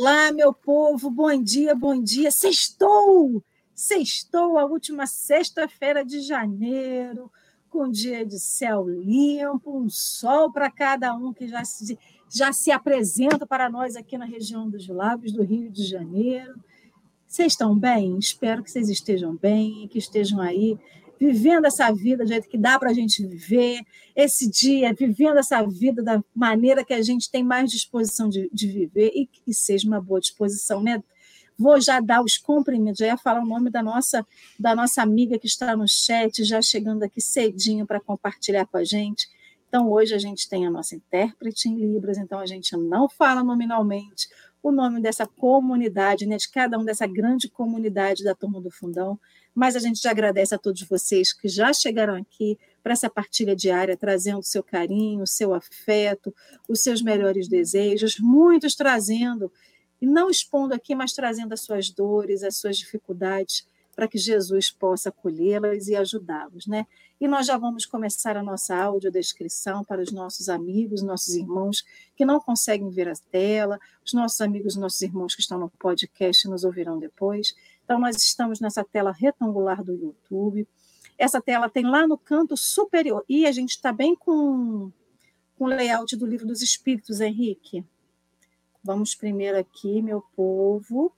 Olá, meu povo, bom dia, bom dia. Sextou! Sextou, a última sexta-feira de janeiro, com um dia de céu limpo, um sol para cada um que já se apresenta para nós aqui na região dos Lagos do Rio de Janeiro. Vocês estão bem? Espero que vocês estejam bem, que estejam aí vivendo essa vida do jeito que dá para a gente viver, esse dia, vivendo essa vida da maneira que a gente tem mais disposição de viver e que seja uma boa disposição, né? Vou já dar os cumprimentos, já ia falar o nome da nossa amiga que está no chat, já chegando aqui cedinho para compartilhar com a gente. Então, hoje a gente tem a nossa intérprete em Libras, então a gente não fala nominalmente o nome dessa comunidade, né, de cada um dessa grande comunidade da Turma do Fundão, mas a gente já agradece a todos vocês que já chegaram aqui para essa partilha diária, trazendo o seu carinho, o seu afeto, os seus melhores desejos, muitos trazendo, e não expondo aqui, mas trazendo as suas dores, as suas dificuldades, para que Jesus possa acolhê-las e ajudá-los, né? E nós já vamos começar a nossa audiodescrição para os nossos amigos, nossos irmãos que não conseguem ver a tela, os nossos amigos, nossos irmãos que estão no podcast nos ouvirão depois. Então, nós estamos nessa tela retangular do YouTube. Essa tela tem lá no canto superior, e a gente está bem com o layout do Livro dos Espíritos, Henrique. Vamos primeiro aqui, meu povo.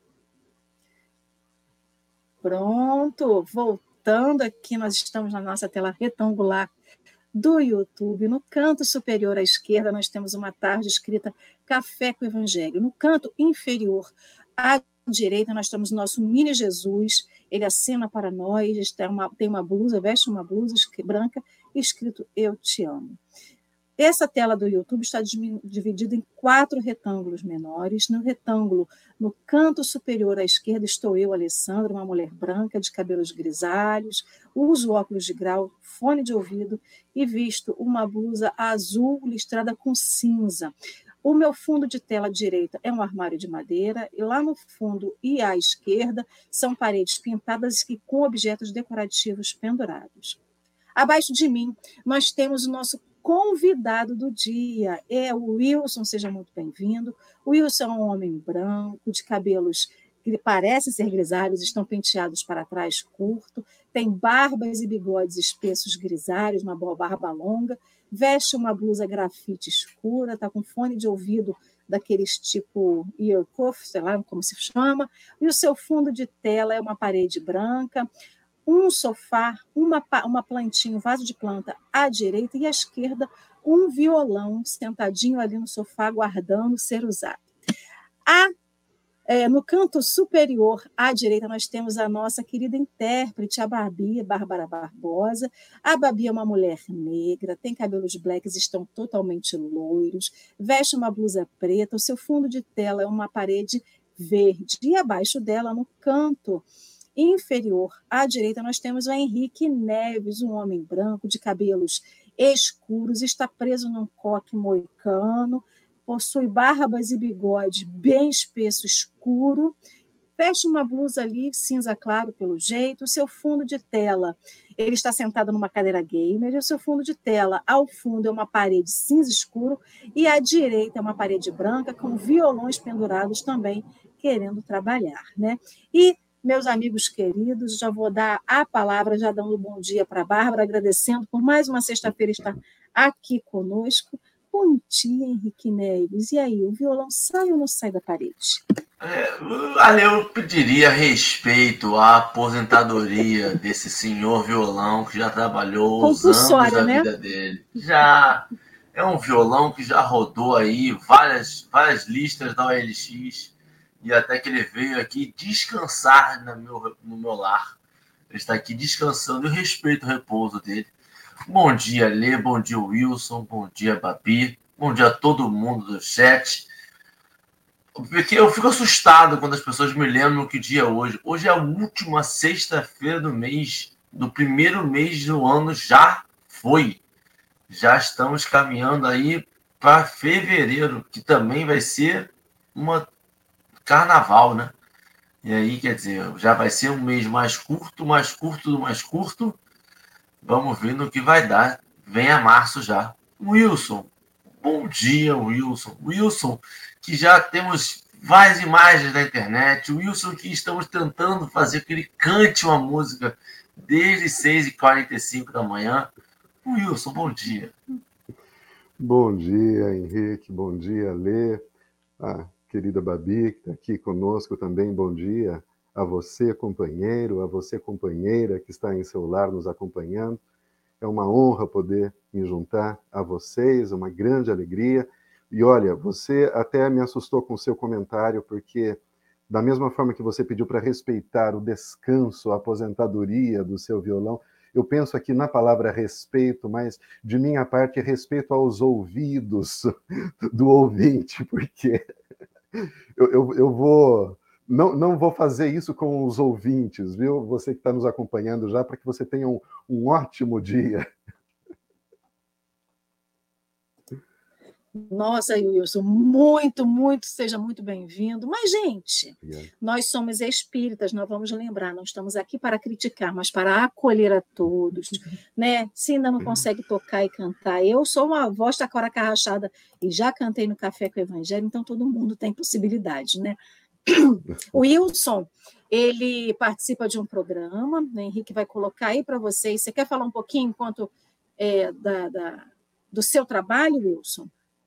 Pronto, voltando aqui, nós estamos na nossa tela retangular do YouTube. No canto superior à esquerda, nós temos uma tarde escrita Café com Evangelho. No canto inferior à direita, nós temos o nosso mini Jesus. Ele acena para nós, tem uma blusa, veste uma blusa branca, escrito Eu Te Amo. Essa tela do YouTube está dividida em 4 retângulos menores. No retângulo, no canto superior à esquerda, estou eu, Alessandra, uma mulher branca, de cabelos grisalhos, uso óculos de grau, fone de ouvido e visto uma blusa azul listrada com cinza. O meu fundo de tela direita é um armário de madeira, e lá no fundo e à esquerda são paredes pintadas e com objetos decorativos pendurados. Abaixo de mim, nós temos o nosso convidado do dia, é o Wilson, seja muito bem-vindo. O Wilson é um homem branco, de cabelos que parecem ser grisalhos, estão penteados para trás curto, tem barbas e bigodes espessos grisalhos, uma boa barba longa, veste uma blusa grafite escura, está com fone de ouvido daqueles tipo ear cuff, sei lá como se chama, e o seu fundo de tela é uma parede branca, um sofá, uma plantinha, um vaso de planta à direita e à esquerda, um violão sentadinho ali no sofá, aguardando ser usado. No canto superior à direita, nós temos a nossa querida intérprete, a Babi, Bárbara Barbosa. A Babi é uma mulher negra, tem cabelos blacks, estão totalmente loiros, veste uma blusa preta, o seu fundo de tela é uma parede verde, e abaixo dela, no canto inferior à direita, nós temos o Henrique Neves, um homem branco de cabelos escuros, está preso num coque moicano, possui barbas e bigode bem espesso, escuro, veste uma blusa ali, cinza claro pelo jeito, o seu fundo de tela, ele está sentado numa cadeira gamer, e o seu fundo de tela, ao fundo, é uma parede cinza escuro, e à direita é uma parede branca, com violões pendurados também, querendo trabalhar, né? E meus amigos queridos, já vou dar a palavra, já dando um bom dia para a Bárbara, agradecendo por mais uma sexta-feira estar aqui conosco. Bom dia, Henrique Neves. E aí, o violão sai ou não sai da parede? Eu pediria respeito à aposentadoria desse senhor violão que já trabalhou os anos da vida dele. Já é um violão que já rodou aí várias listas da OLX, e até que ele veio aqui descansar no meu lar. Ele está aqui descansando, e eu respeito o repouso dele. Bom dia, Lê, bom dia, Wilson, bom dia, Babi, bom dia a todo mundo do chat. Porque eu fico assustado quando as pessoas me lembram que dia é hoje. Hoje é a última sexta-feira do mês, do primeiro mês do ano, já foi. Já estamos caminhando aí para fevereiro, que também vai ser uma carnaval, né? E aí, quer dizer, já vai ser um mês mais curto do mais curto. Vamos ver no que vai dar. Vem a março já. Wilson, bom dia, Wilson. Wilson, que já temos várias imagens da internet. O Wilson, que estamos tentando fazer que ele cante uma música desde 6h45 da manhã. Wilson, bom dia. Bom dia, Henrique. Bom dia, Lê. A querida Babi, que está aqui conosco também. Bom dia a você, companheiro, a você, companheira, que está em seu lar nos acompanhando. É uma honra poder me juntar a vocês, uma grande alegria. E olha, você até me assustou com o seu comentário, porque da mesma forma que você pediu para respeitar o descanso, a aposentadoria do seu violão, eu penso aqui na palavra respeito, mas de minha parte respeito aos ouvidos do ouvinte, porque eu vou... Não vou fazer isso com os ouvintes, viu? Você que está nos acompanhando já, para que você tenha um ótimo dia. Nossa, Wilson, muito, muito, seja muito bem-vindo. Mas, gente, nós somos espíritas, nós vamos lembrar, não estamos aqui para criticar, mas para acolher a todos, né? Se ainda não consegue tocar e cantar, eu sou uma voz da cora carrachada e já cantei no Café com o Evangelho, então todo mundo tem possibilidade, né? O Wilson, ele participa de um programa, né? Henrique vai colocar aí para vocês. Você quer falar um pouquinho enquanto do seu trabalho, Wilson?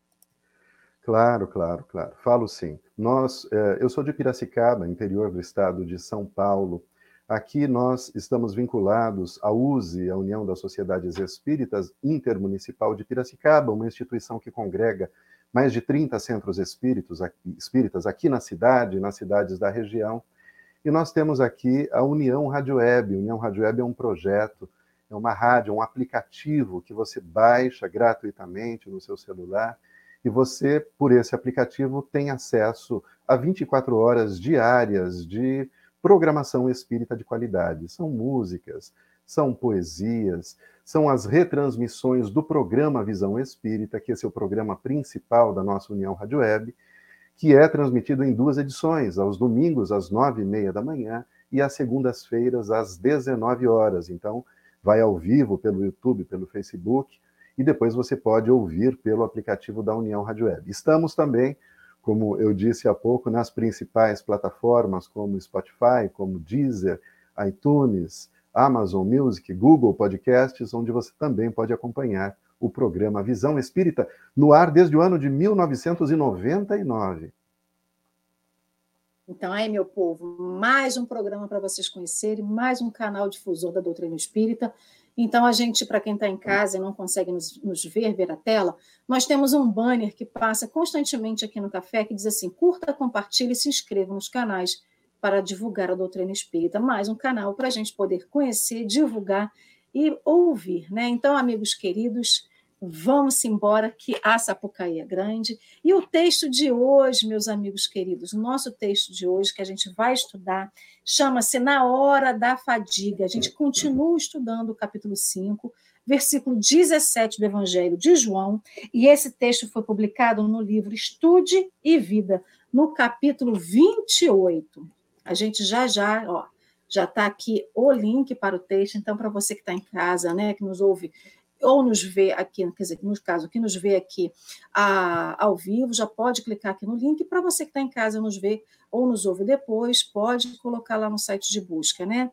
Claro. Falo sim. Eu sou de Piracicaba, interior do estado de São Paulo. Aqui nós estamos vinculados à USE, a União das Sociedades Espíritas Intermunicipal de Piracicaba, uma instituição que congrega mais de 30 centros espíritas aqui na cidade, nas cidades da região. E nós temos aqui a União Rádio Web. A União Rádio Web é um projeto, é uma rádio, um aplicativo que você baixa gratuitamente no seu celular e você, por esse aplicativo, tem acesso a 24 horas diárias de programação espírita de qualidade. São músicas, são poesias, são as retransmissões do programa Visão Espírita, que esse é o programa principal da nossa União Rádio Web, que é transmitido em 2 edições, aos domingos às 9h30 da manhã e às segundas-feiras às 19 horas. Então, vai ao vivo pelo YouTube, pelo Facebook, e depois você pode ouvir pelo aplicativo da União Rádio Web. Estamos também, como eu disse há pouco, nas principais plataformas como Spotify, como Deezer, iTunes, Amazon Music, Google Podcasts, onde você também pode acompanhar o programa Visão Espírita, no ar desde o ano de 1999. Então, aí, meu povo, mais um programa para vocês conhecerem, mais um canal difusor da doutrina espírita. Então, a gente, para quem está em casa e não consegue nos ver a tela, nós temos um banner que passa constantemente aqui no Café, que diz assim: curta, compartilhe e se inscreva nos canais para divulgar a doutrina espírita. Mais um canal para a gente poder conhecer, divulgar e ouvir, né? Então, amigos queridos, vamos embora, que a Sapucaí é grande. E o texto de hoje, meus amigos queridos, o nosso texto de hoje, que a gente vai estudar, chama-se Na Hora da Fadiga. A gente continua estudando o capítulo 5, versículo 17 do Evangelho de João, e esse texto foi publicado no livro Estude e Vida, no capítulo 28. A gente já está aqui o link para o texto, então, para você que está em casa, né, que nos ouve ou nos vê aqui, quer dizer, no caso, que nos vê aqui ao vivo, já pode clicar aqui no link. Para você que está em casa nos vê ou nos ouve depois, pode colocar lá no site de busca, né?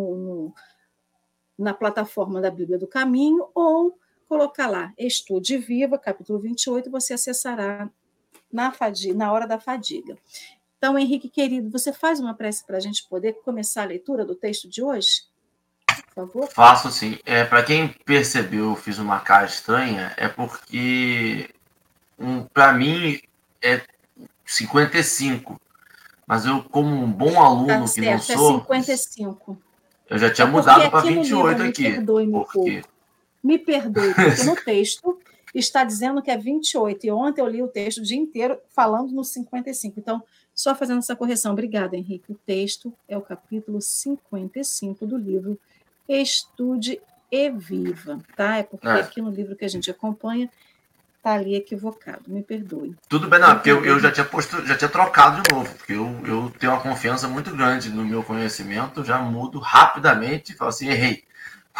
Na plataforma da Bíblia do Caminho, ou colocar lá Estude Viva, capítulo 28, você acessará na hora da fadiga. Então, Henrique, querido, você faz uma prece para a gente poder começar a leitura do texto de hoje? Por favor. Faço sim. Para quem percebeu, eu fiz uma cara estranha, é porque para mim é 55. Mas eu, como um bom aluno certo, que não sou... É 55. Eu já tinha mudado para 28 livro, aqui. Me perdoe, porque no texto está dizendo que é 28. E ontem eu li o texto o dia inteiro falando no 55. Então, só fazendo essa correção. Obrigada, Henrique. O texto é o capítulo 55 do livro Estude e Viva, tá? É porque aqui no livro que a gente acompanha está ali equivocado, me perdoe. Tudo bem, não, porque eu já tinha trocado de novo, porque eu tenho uma confiança muito grande no meu conhecimento, já mudo rapidamente e falo assim, errei.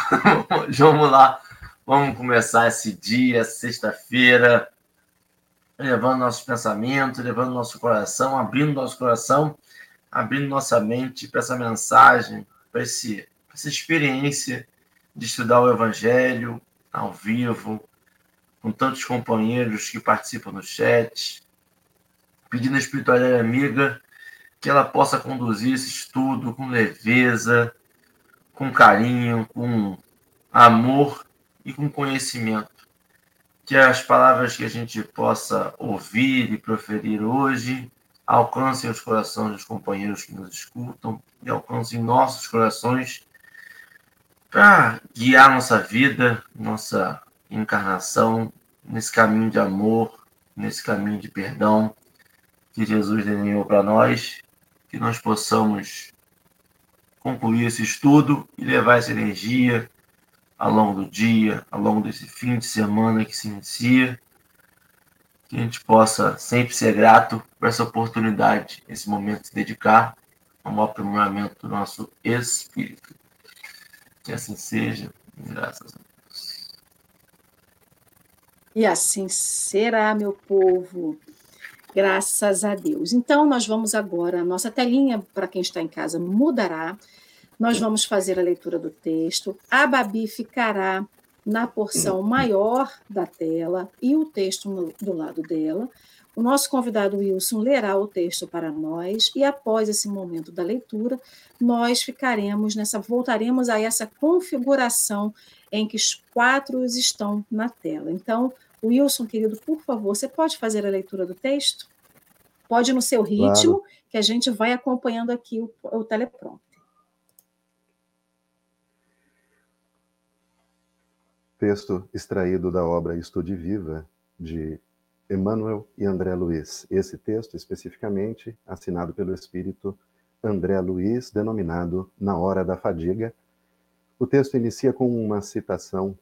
Vamos lá, vamos começar esse dia, sexta-feira, elevando nossos pensamentos, elevando nosso coração, abrindo nosso coração, abrindo nossa mente para essa mensagem, para essa experiência de estudar o Evangelho ao vivo, com tantos companheiros que participam no chat, pedindo à espiritualidade amiga que ela possa conduzir esse estudo com leveza, com carinho, com amor e com conhecimento. Que as palavras que a gente possa ouvir e proferir hoje alcancem os corações dos companheiros que nos escutam e alcancem nossos corações para guiar nossa vida, nossa encarnação nesse caminho de amor, nesse caminho de perdão que Jesus delineou para nós, que nós possamos concluir esse estudo e levar essa energia ao longo do dia, ao longo desse fim de semana que se inicia, que a gente possa sempre ser grato por essa oportunidade, esse momento de se dedicar ao aprimoramento do nosso espírito. Que assim seja, graças a Deus. E assim será, meu povo. Graças a Deus. Então, nós vamos agora, a nossa telinha, para quem está em casa, mudará. Nós vamos fazer a leitura do texto. A Babi ficará na porção maior da tela e o texto do lado dela. O nosso convidado Wilson lerá o texto para nós e após esse momento da leitura, nós voltaremos a essa configuração em que os 4 estão na tela. Então, Wilson, querido, por favor, você pode fazer a leitura do texto? Pode no seu ritmo, claro, que a gente vai acompanhando aqui o teleprompter. Texto extraído da obra Estude Viva, de Emmanuel e André Luiz. Esse texto, especificamente, assinado pelo espírito André Luiz, denominado Na Hora da Fadiga. O texto inicia com uma citação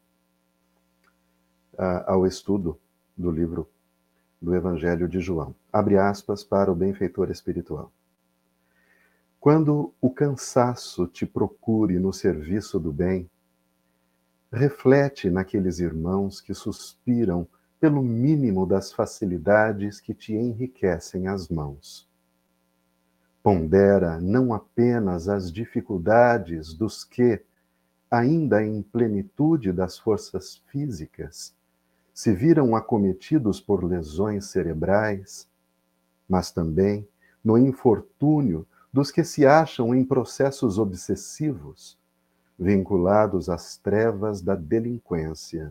ao estudo do livro do Evangelho de João. Abre aspas para o benfeitor espiritual. Quando o cansaço te procure no serviço do bem, reflete naqueles irmãos que suspiram pelo mínimo das facilidades que te enriquecem as mãos. Pondera não apenas as dificuldades dos que, ainda em plenitude das forças físicas, se viram acometidos por lesões cerebrais, mas também no infortúnio dos que se acham em processos obsessivos, vinculados às trevas da delinquência.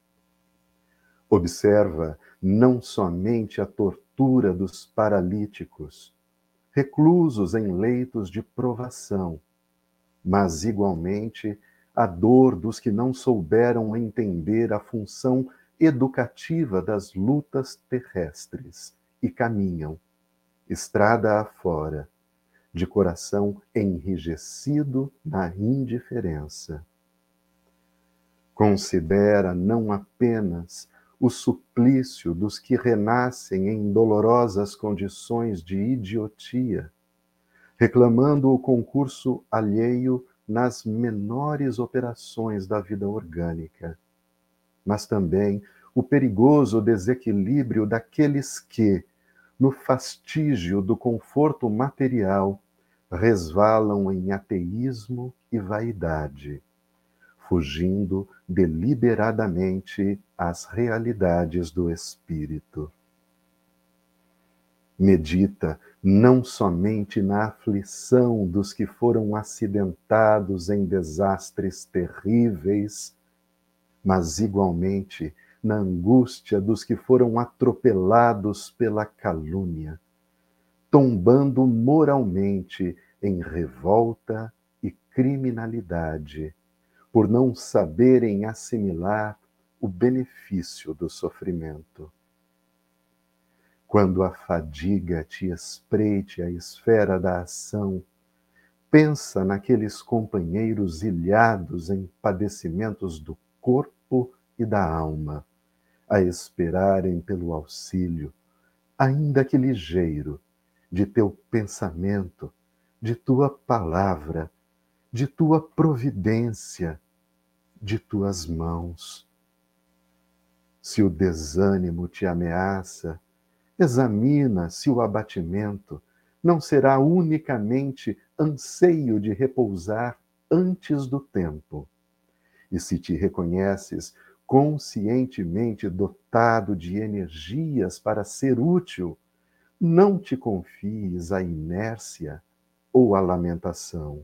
Observa não somente a tortura dos paralíticos, reclusos em leitos de provação, mas igualmente a dor dos que não souberam entender a função educativa das lutas terrestres e caminham, estrada afora, de coração enrijecido na indiferença. Considera não apenas o suplício dos que renascem em dolorosas condições de idiotia, reclamando o concurso alheio nas menores operações da vida orgânica, mas também o perigoso desequilíbrio daqueles que, no fastígio do conforto material, resvalam em ateísmo e vaidade, fugindo deliberadamente às realidades do espírito. Medita não somente na aflição dos que foram acidentados em desastres terríveis, mas igualmente na angústia dos que foram atropelados pela calúnia, tombando moralmente em revolta e criminalidade, por não saberem assimilar o benefício do sofrimento. Quando a fadiga te espreite a esfera da ação, pensa naqueles companheiros ilhados em padecimentos do corpo e da alma, a esperarem pelo auxílio, ainda que ligeiro, de teu pensamento, de tua palavra, de tua providência, de tuas mãos. Se o desânimo te ameaça, Examina se o abatimento não será unicamente anseio de repousar antes do tempo. E se te reconheces conscientemente dotado de energias para ser útil, não te confies à inércia ou à lamentação.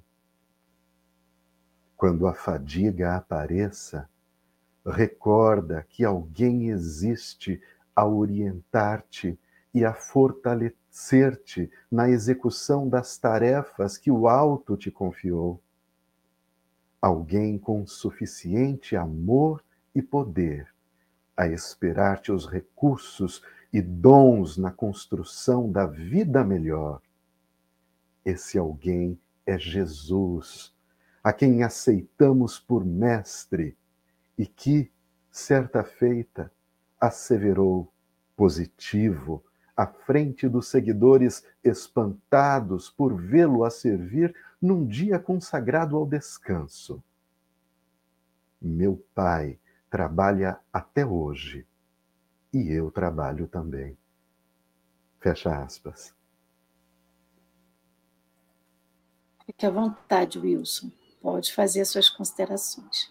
Quando a fadiga apareça, recorda que alguém existe a orientar-te e a fortalecer-te na execução das tarefas que o alto te confiou. Alguém com suficiente amor e poder a esperar-te os recursos e dons na construção da vida melhor. Esse alguém é Jesus, a quem aceitamos por mestre e que, certa feita, asseverou, positivo, à frente dos seguidores espantados por vê-lo a servir num dia consagrado ao descanso. Meu Pai trabalha até hoje e eu trabalho também. Fecha aspas. Fique à vontade, Wilson. Pode fazer as suas considerações.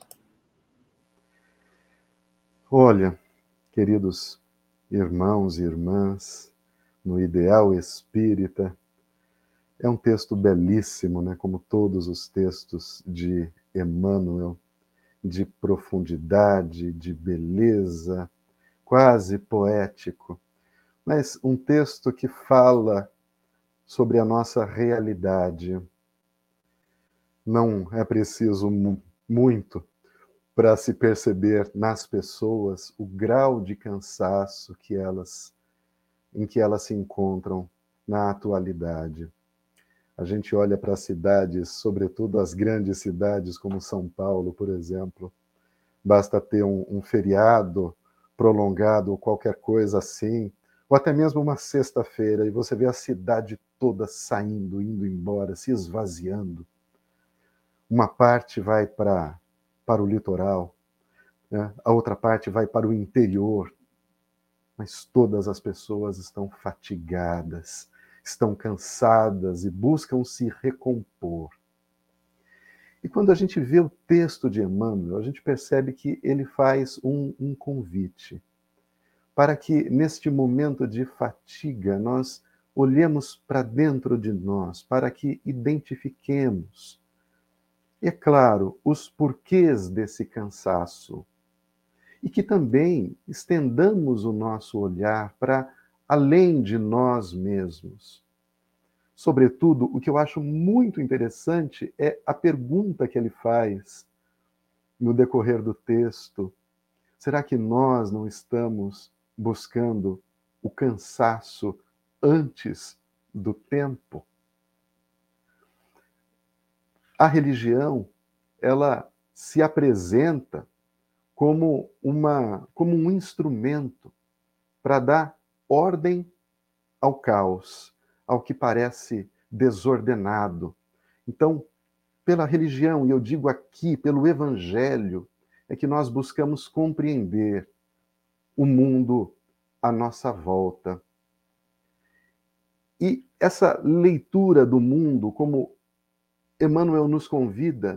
Olha, queridos irmãos e irmãs, no Ideal Espírita, é um texto belíssimo, né? Como todos os textos de Emmanuel, de profundidade, de beleza, quase poético, mas um texto que fala sobre a nossa realidade. Não é preciso muito para se perceber nas pessoas o grau de cansaço em que elas se encontram na atualidade. A gente olha para as cidades, sobretudo as grandes cidades como São Paulo, por exemplo, basta ter um feriado prolongado ou qualquer coisa assim, ou até mesmo uma sexta-feira, e você vê a cidade toda saindo, indo embora, se esvaziando. Uma parte vai para o litoral, né? A outra parte vai para o interior, mas todas as pessoas estão fatigadas, estão cansadas e buscam se recompor. E quando a gente vê o texto de Emmanuel, a gente percebe que ele faz um convite para que, neste momento de fatiga, nós olhemos para dentro de nós, para que identifiquemos, é claro, os porquês desse cansaço. E que também estendamos o nosso olhar para além de nós mesmos. Sobretudo, o que eu acho muito interessante é a pergunta que ele faz no decorrer do texto. Será que nós não estamos buscando o cansaço antes do tempo? A religião, ela se apresenta como um instrumento para dar ordem ao caos, ao que parece desordenado. Então, pela religião, e eu digo aqui, pelo Evangelho, é que nós buscamos compreender o mundo à nossa volta. E essa leitura do mundo, como Emmanuel nos convida,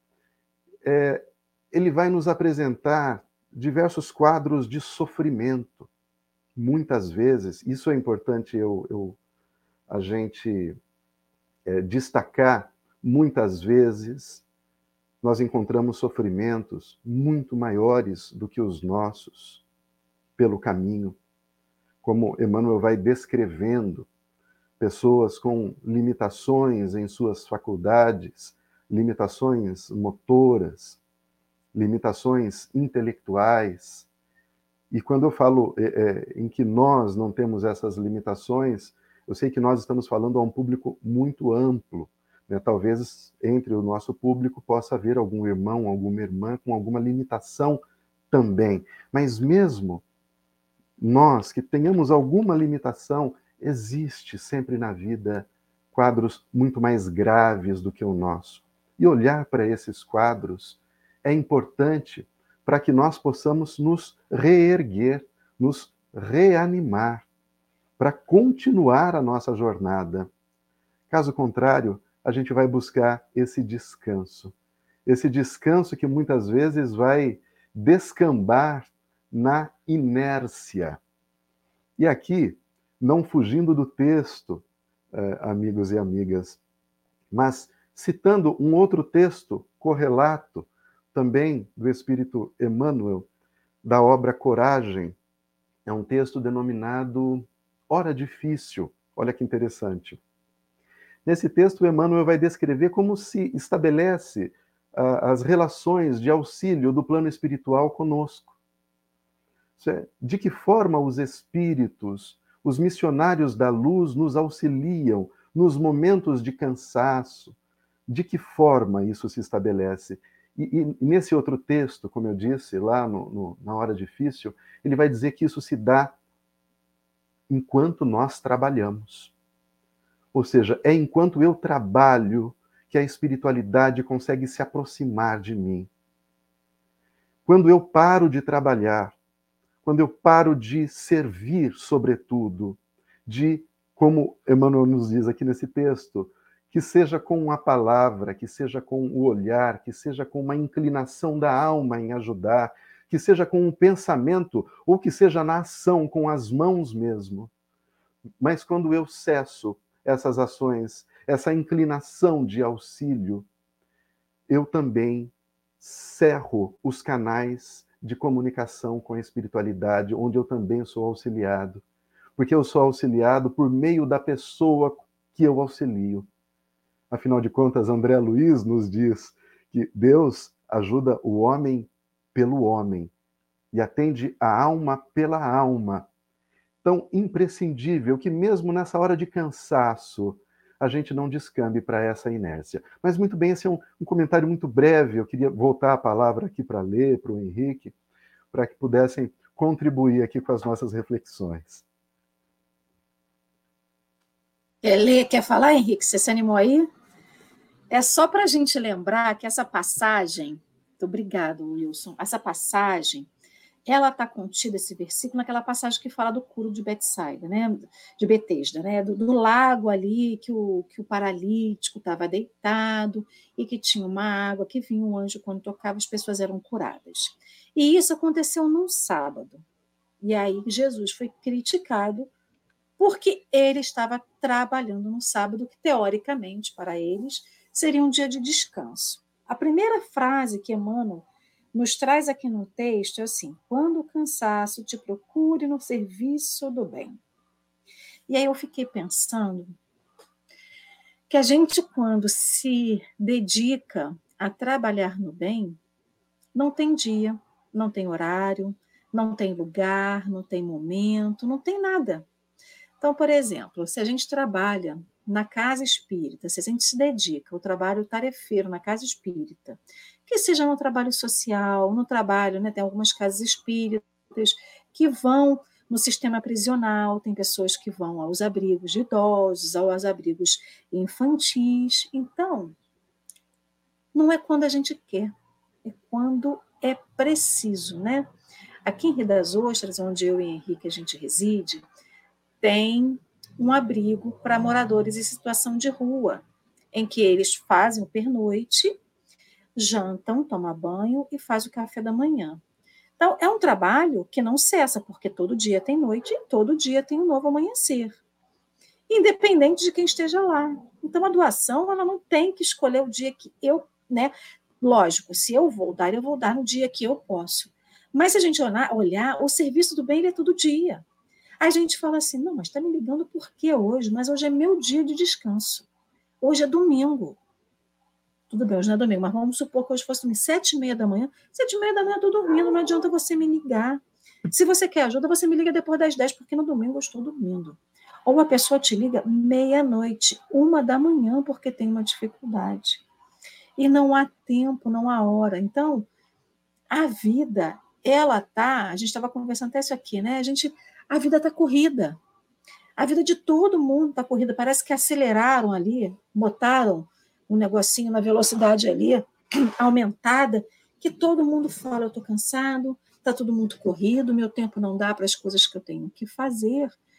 ele vai nos apresentar diversos quadros de sofrimento. Muitas vezes, isso é importante a gente destacar, muitas vezes nós encontramos sofrimentos muito maiores do que os nossos pelo caminho, como Emmanuel vai descrevendo, pessoas com limitações em suas faculdades, limitações motoras, limitações intelectuais. E quando eu falo em que nós não temos essas limitações, eu sei que nós estamos falando a um público muito amplo, né? Talvez entre o nosso público possa haver algum irmão, alguma irmã com alguma limitação também. Mas mesmo nós que tenhamos alguma limitação, existe sempre na vida quadros muito mais graves do que o nosso. E olhar para esses quadros é importante para que nós possamos nos reerguer, nos reanimar. para continuar a nossa jornada. Caso contrário, a gente vai buscar esse descanso que muitas vezes vai descambar na inércia. E aqui, não fugindo do texto, amigos e amigas, mas citando um outro texto correlato, também do Espírito Emmanuel, da obra Coragem, é um texto denominado Hora Difícil. Olha que interessante. Nesse texto, Emmanuel vai descrever como se estabelece as relações de auxílio do plano espiritual conosco. De que forma os espíritos, os missionários da luz, nos auxiliam nos momentos de cansaço? De que forma isso se estabelece? E nesse outro texto, como eu disse, lá na Hora Difícil, ele vai dizer que isso se dá enquanto nós trabalhamos. Ou seja, é enquanto eu trabalho que a espiritualidade consegue se aproximar de mim. Quando eu paro de trabalhar, quando eu paro de servir, sobretudo, como Emmanuel nos diz aqui nesse texto, que seja com a palavra, que seja com o olhar, que seja com uma inclinação da alma em ajudar, que seja com um pensamento, ou que seja na ação, com as mãos mesmo. Mas quando eu cesso essas ações, essa inclinação de auxílio, eu também cerro os canais de comunicação com a espiritualidade, onde eu também sou auxiliado. Porque eu sou auxiliado por meio da pessoa que eu auxilio. Afinal de contas, André Luiz nos diz que Deus ajuda o homem pelo homem e atende a alma pela alma. Então, imprescindível que mesmo nessa hora de cansaço, a gente não descambe para essa inércia. Mas muito bem, esse é um comentário muito breve, eu queria voltar a palavra aqui para ler, para o Henrique, para que pudessem contribuir aqui com as nossas reflexões. Quer falar, Henrique? Você se animou aí? É só para a gente lembrar que essa passagem, muito obrigado, Wilson, essa passagem, ela está contida, esse versículo, naquela passagem que fala do curo de Betsaida, né? De Betesda, né? Do lago ali, que o paralítico estava deitado e que tinha uma água, que vinha um anjo quando tocava, as pessoas eram curadas. E isso aconteceu num sábado. E aí Jesus foi criticado porque ele estava trabalhando no sábado, que teoricamente para eles seria um dia de descanso. A primeira frase que Emmanuel nos traz aqui no texto é assim: quando o cansaço te procure no serviço do bem. E aí eu fiquei pensando que a gente, quando se dedica a trabalhar no bem, não tem dia, não tem horário, não tem lugar, não tem momento, não tem nada. Então, por exemplo, se a gente trabalha na casa espírita, se a gente se dedica ao trabalho tarefeiro na casa espírita, que seja no trabalho social, no trabalho, né, tem algumas casas espíritas que vão no sistema prisional, tem pessoas que vão aos abrigos de idosos, aos abrigos infantis. Então, não é quando a gente quer, é quando é preciso, né? Aqui em Rio das Ostras, onde eu e Henrique a gente reside, tem um abrigo para moradores em situação de rua, em que eles fazem o pernoite, jantam, tomam banho e fazem o café da manhã. Então, é um trabalho que não cessa, porque todo dia tem noite e todo dia tem um novo amanhecer, independente de quem esteja lá. Então, a doação, ela não tem que escolher o dia que eu, né? Lógico, se eu vou dar no dia que eu posso. Mas se a gente olhar, o serviço do bem ele é todo dia. A gente fala assim, não, mas está me ligando por que hoje? Mas hoje é meu dia de descanso. Hoje é domingo. Tudo bem, hoje não é domingo, mas vamos supor que hoje fosse 7h30 da manhã. 7h30 da manhã eu estou dormindo, não adianta você me ligar. Se você quer ajuda, você me liga depois das 10, porque no domingo eu estou dormindo. Ou a pessoa te liga meia-noite, 1h da manhã, porque tem uma dificuldade. E não há tempo, não há hora. Então, a vida, ela tá... A gente estava conversando até isso aqui, né? A vida está corrida. A vida de todo mundo está corrida. Parece que aceleraram ali, botaram um negocinho na velocidade ali, aumentada, que todo mundo fala, eu estou cansado, está todo mundo corrido, meu tempo não dá para as coisas que eu tenho que fazer.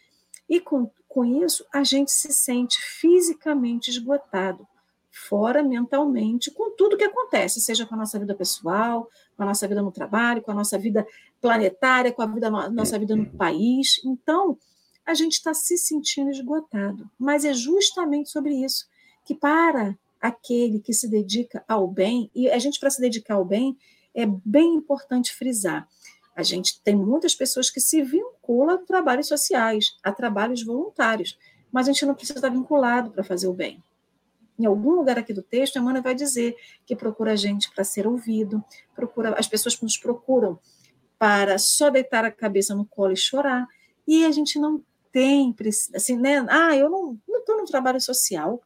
E com isso, a gente se sente fisicamente esgotado, fora mentalmente, com tudo que acontece, seja com a nossa vida pessoal, com a nossa vida no trabalho, com a nossa vida planetária, com a nossa vida no país. Então, a gente está se sentindo esgotado. Mas é justamente sobre isso que, para aquele que se dedica ao bem, e a gente, para se dedicar ao bem, é bem importante frisar. A gente tem muitas pessoas que se vinculam a trabalhos sociais, a trabalhos voluntários, mas a gente não precisa estar vinculado para fazer o bem. Em algum lugar aqui do texto, a Emmanuel vai dizer que procura a gente para ser ouvido, as pessoas nos procuram para só deitar a cabeça no colo e chorar, e a gente não tem, assim, né? Eu não estou no trabalho social.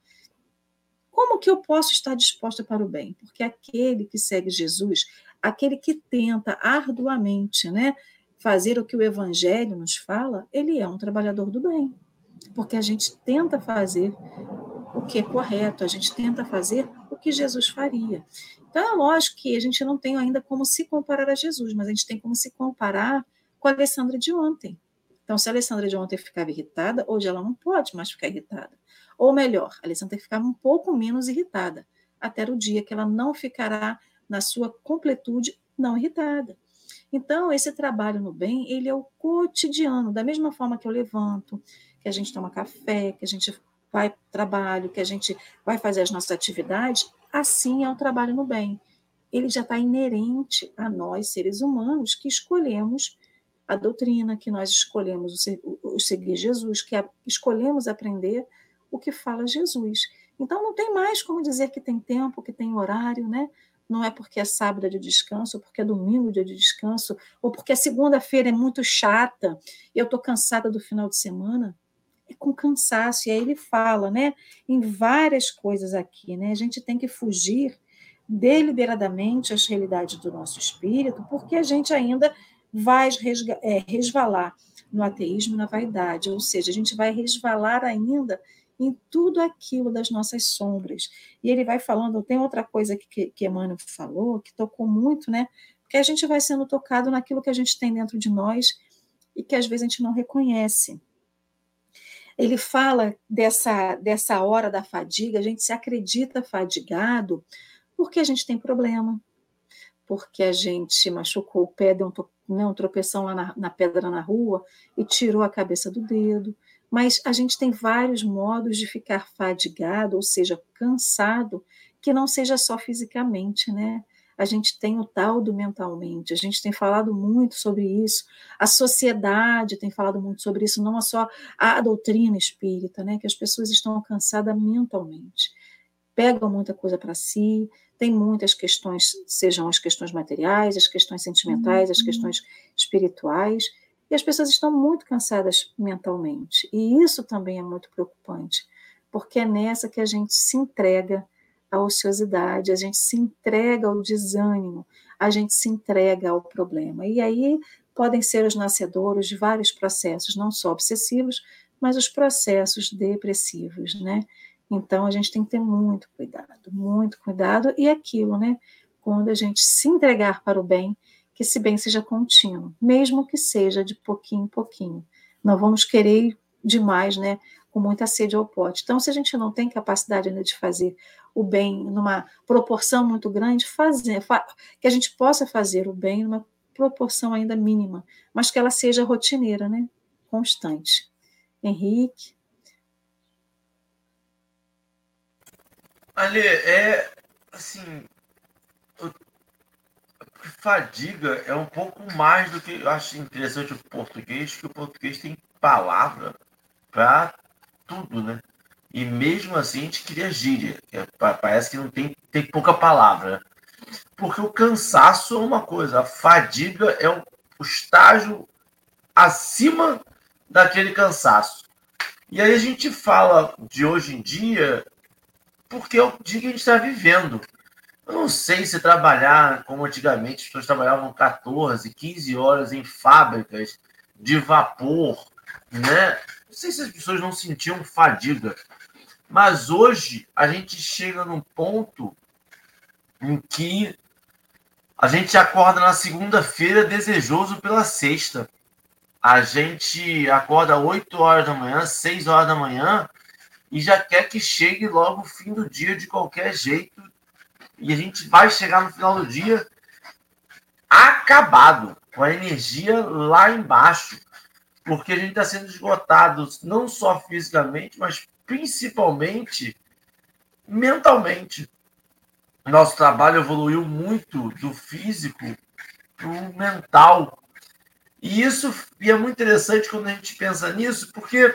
Como que eu posso estar disposta para o bem? Porque aquele que segue Jesus, aquele que tenta arduamente, né, fazer o que o Evangelho nos fala, ele é um trabalhador do bem. Porque a gente tenta fazer o que é correto, a gente tenta fazer o que Jesus faria. Então, é lógico que a gente não tem ainda como se comparar a Jesus, mas a gente tem como se comparar com a Alessandra de ontem. Então, se a Alessandra de ontem ficava irritada, hoje ela não pode mais ficar irritada. Ou melhor, a Alessandra tem que ficar um pouco menos irritada, até o dia que ela não ficará, na sua completude, não irritada. Então, esse trabalho no bem, ele é o cotidiano, da mesma forma que eu levanto, que a gente toma café, que a gente vai para o trabalho, que a gente vai fazer as nossas atividades, assim é o trabalho no bem. Ele já está inerente a nós, seres humanos, que escolhemos a doutrina, que nós escolhemos o seguir Jesus, que escolhemos aprender o que fala Jesus. Então, não tem mais como dizer que tem tempo, que tem horário, né? Não é porque é sábado é de descanso, ou porque é domingo dia de descanso, ou porque a segunda-feira é muito chata e eu estou cansada do final de semana. É com cansaço. E aí ele fala, né, em várias coisas aqui, né? A gente tem que fugir deliberadamente às realidades do nosso espírito, porque a gente ainda vai resvalar no ateísmo e na vaidade, ou seja, a gente vai resvalar ainda em tudo aquilo das nossas sombras. E ele vai falando, tem outra coisa que Emmanuel falou, que tocou muito, né? Porque a gente vai sendo tocado naquilo que a gente tem dentro de nós e que às vezes a gente não reconhece. Ele fala dessa hora da fadiga, a gente se acredita fadigado porque a gente tem problema, porque a gente machucou o pé, deu um tropeção lá na pedra na rua e tirou a cabeça do dedo. Mas a gente tem vários modos de ficar fadigado, ou seja, cansado, que não seja só fisicamente, né? A gente tem o tal do mentalmente, a gente tem falado muito sobre isso, a sociedade tem falado muito sobre isso, não é só a doutrina espírita, né? Que as pessoas estão cansadas mentalmente, pegam muita coisa para si, tem muitas questões, sejam as questões materiais, as questões sentimentais, as questões espirituais, e as pessoas estão muito cansadas mentalmente. E isso também é muito preocupante, porque é nessa que a gente se entrega à ociosidade, a gente se entrega ao desânimo, a gente se entrega ao problema. E aí podem ser os nascedouros de vários processos, não só obsessivos, mas os processos depressivos, né? Então, a gente tem que ter muito cuidado, e aquilo, né? Quando a gente se entregar para o bem, que esse bem seja contínuo, mesmo que seja de pouquinho em pouquinho. Não vamos querer demais, né? Com muita sede ao pote. Então, se a gente não tem capacidade ainda de fazer o bem numa proporção muito grande, que a gente possa fazer o bem numa proporção ainda mínima, mas que ela seja rotineira, né? Constante. Henrique. Ali, assim, fadiga é um pouco mais do que eu acho interessante o português, que o português tem palavra para tudo, né? E mesmo assim a gente cria gíria, parece que não tem pouca palavra. Porque o cansaço é uma coisa, a fadiga é o estágio acima daquele cansaço. E aí a gente fala de hoje em dia porque é o dia que a gente está vivendo. Eu não sei se trabalhar como antigamente as pessoas trabalhavam 14, 15 horas em fábricas de vapor, né? Não sei se as pessoas não sentiam fadiga. Mas hoje a gente chega num ponto em que a gente acorda na segunda-feira desejoso pela sexta. a gente acorda 8 horas da manhã, 6 horas da manhã, e já quer que chegue logo o fim do dia de qualquer jeito. E a gente vai chegar no final do dia acabado, com a energia lá embaixo, porque a gente está sendo esgotado não só fisicamente, mas principalmente mentalmente. Nosso trabalho evoluiu muito do físico para o mental. E isso é muito interessante quando a gente pensa nisso, porque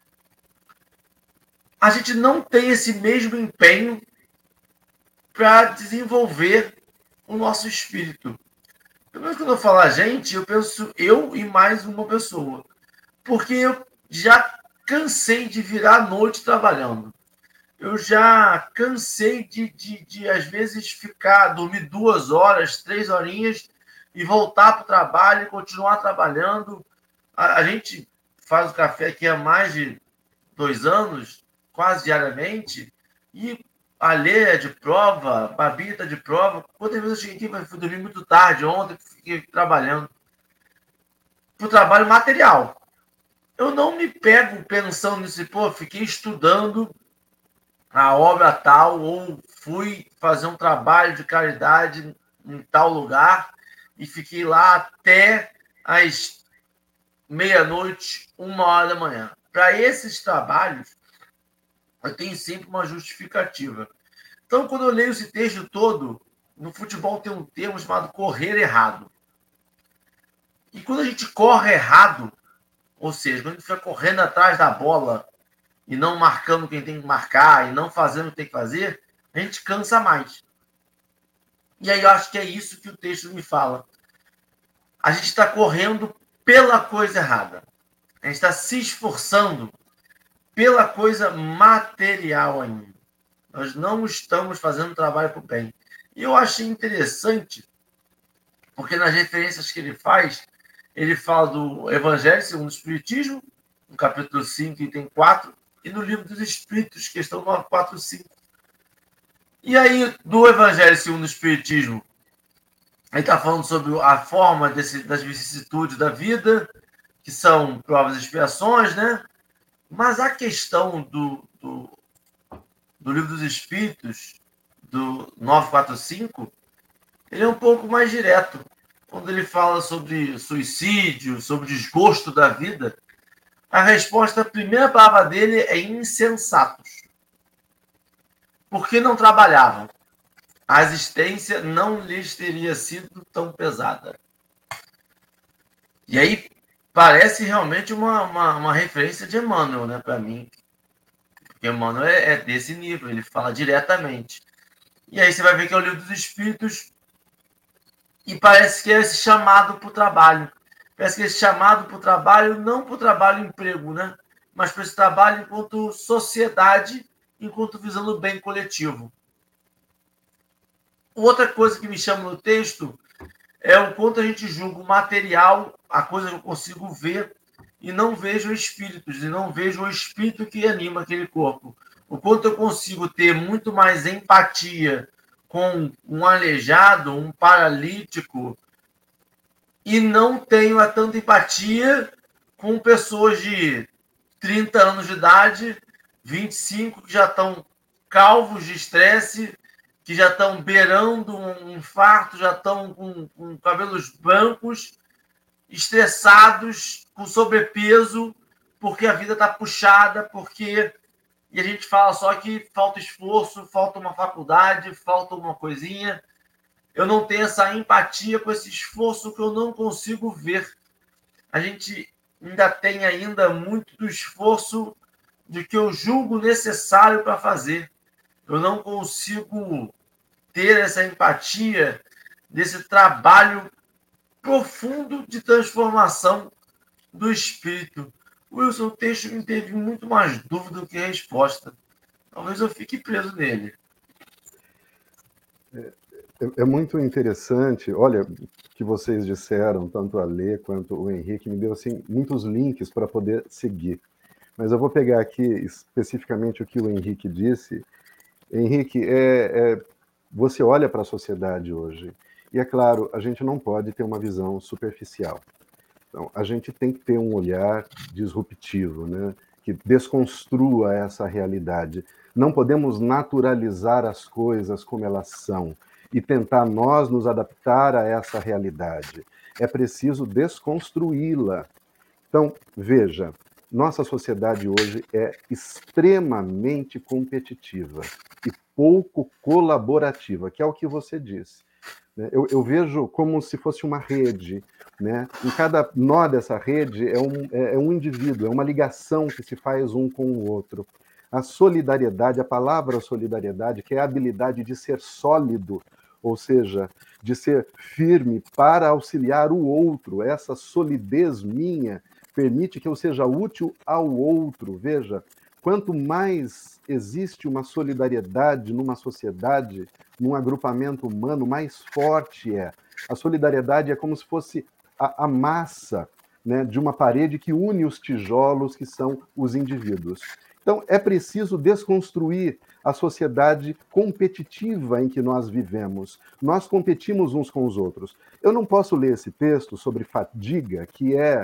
a gente não tem esse mesmo empenho para desenvolver o nosso espírito. Pelo menos quando eu falo a gente, eu penso eu e mais uma pessoa. Porque eu já cansei de virar a noite trabalhando. Eu já cansei de às vezes, dormir 2 horas, 3 horinhas e voltar para o trabalho e continuar trabalhando. A gente faz o café aqui há mais de 2 anos, quase diariamente, e a Lê é de prova, a Babi está de prova. Quantas vezes eu cheguei aqui, fui dormir muito tarde ontem, fiquei trabalhando para o trabalho material. Eu não me pego pensando nisso, pô, fiquei estudando a obra tal, ou fui fazer um trabalho de caridade em tal lugar e fiquei lá até as meia-noite, 1 hora da manhã. Para esses trabalhos, eu tenho sempre uma justificativa. Então, quando eu leio esse texto todo, no futebol tem um termo chamado correr errado. E quando a gente corre errado, ou seja, quando a gente fica correndo atrás da bola e não marcando quem tem que marcar e não fazendo o que tem que fazer, a gente cansa mais. E aí eu acho que é isso que o texto me fala. A gente está correndo pela coisa errada. A gente está se esforçando pela coisa material ainda. Nós não estamos fazendo trabalho para o bem. E eu achei interessante, porque nas referências que ele faz, ele fala do Evangelho segundo o Espiritismo, no capítulo 5, item 4, e no Livro dos Espíritos, questão 945. E aí, do Evangelho segundo o Espiritismo, ele está falando sobre a forma das vicissitudes da vida, que são provas e expiações, né? Mas a questão do Livro dos Espíritos, do 945, ele é um pouco mais direto. Quando ele fala sobre suicídio, sobre desgosto da vida, a resposta, a primeira palavra dele é insensatos. Porque não trabalhavam. A existência não lhes teria sido tão pesada. E aí parece realmente uma referência de Emmanuel, né, para mim. Porque Emmanuel é desse nível, ele fala diretamente. E aí você vai ver que é o Livro dos Espíritos e parece que é esse chamado para o trabalho. Parece que é esse chamado para o trabalho, não para o trabalho emprego, né? Mas para esse trabalho enquanto sociedade, enquanto visando o bem coletivo. Outra coisa que me chama no texto é o quanto a gente julga o material, a coisa que eu consigo ver, e não vejo espíritos, e não vejo o espírito que anima aquele corpo. O quanto eu consigo ter muito mais empatia com um aleijado, um paralítico, e não tenho a tanta empatia com pessoas de 30 anos de idade, 25, que já estão calvos de estresse, que já estão beirando um infarto, já estão com cabelos brancos, estressados, com sobrepeso, porque a vida está puxada, porque... E a gente fala só que falta esforço, falta uma faculdade, falta uma coisinha. Eu não tenho essa empatia com esse esforço que eu não consigo ver. A gente ainda tem muito do esforço de que eu julgo necessário para fazer. Eu não consigo ter essa empatia desse trabalho profundo de transformação do espírito. Wilson, o texto me teve muito mais dúvida do que resposta. Talvez eu fique preso nele. É muito interessante, olha, que vocês disseram, tanto a Lê quanto o Henrique, me deu assim, muitos links para poder seguir. Mas eu vou pegar aqui especificamente o que o Henrique disse. Henrique, você olha para a sociedade hoje, e é claro, a gente não pode ter uma visão superficial. Então, a gente tem que ter um olhar disruptivo, né? Que desconstrua essa realidade. Não podemos naturalizar as coisas como elas são e tentar nós nos adaptar a essa realidade. É preciso desconstruí-la. Então, veja, nossa sociedade hoje é extremamente competitiva e pouco colaborativa, que é o que você disse. Eu vejo como se fosse uma rede, né? Em cada nó dessa rede é um indivíduo, é uma ligação que se faz um com o outro. A solidariedade, a palavra solidariedade, que é a habilidade de ser sólido, ou seja, de ser firme para auxiliar o outro. Essa solidez minha permite que eu seja útil ao outro. Veja, quanto mais existe uma solidariedade numa sociedade, num agrupamento humano, mais forte é. A solidariedade é como se fosse a massa, né, de uma parede que une os tijolos que são os indivíduos. Então, é preciso desconstruir a sociedade competitiva em que nós vivemos. Nós competimos uns com os outros. Eu não posso ler esse texto sobre fadiga, que é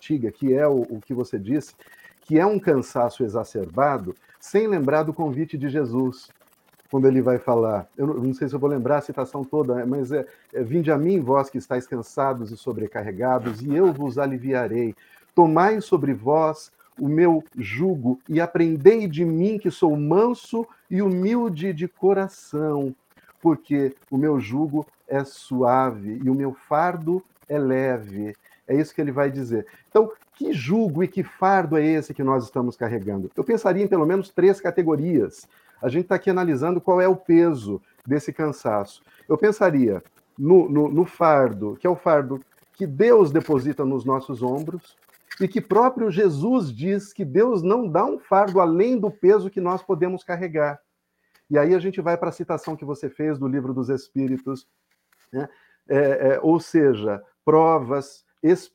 o que você disse, que é um cansaço exacerbado, sem lembrar do convite de Jesus, quando ele vai falar, eu não sei se eu vou lembrar a citação toda, mas vinde a mim, vós que estáis cansados e sobrecarregados, e eu vos aliviarei. Tomai sobre vós o meu jugo e aprendei de mim, que sou manso e humilde de coração, porque o meu jugo é suave e o meu fardo é leve. É isso que ele vai dizer. Então, que jugo e que fardo é esse que nós estamos carregando? Eu pensaria em pelo menos 3 categorias. A gente está aqui analisando qual é o peso desse cansaço. Eu pensaria no fardo, que é o fardo que Deus deposita nos nossos ombros, e que próprio Jesus diz que Deus não dá um fardo além do peso que nós podemos carregar. E aí a gente vai para a citação que você fez do Livro dos Espíritos, né? Ou seja, provas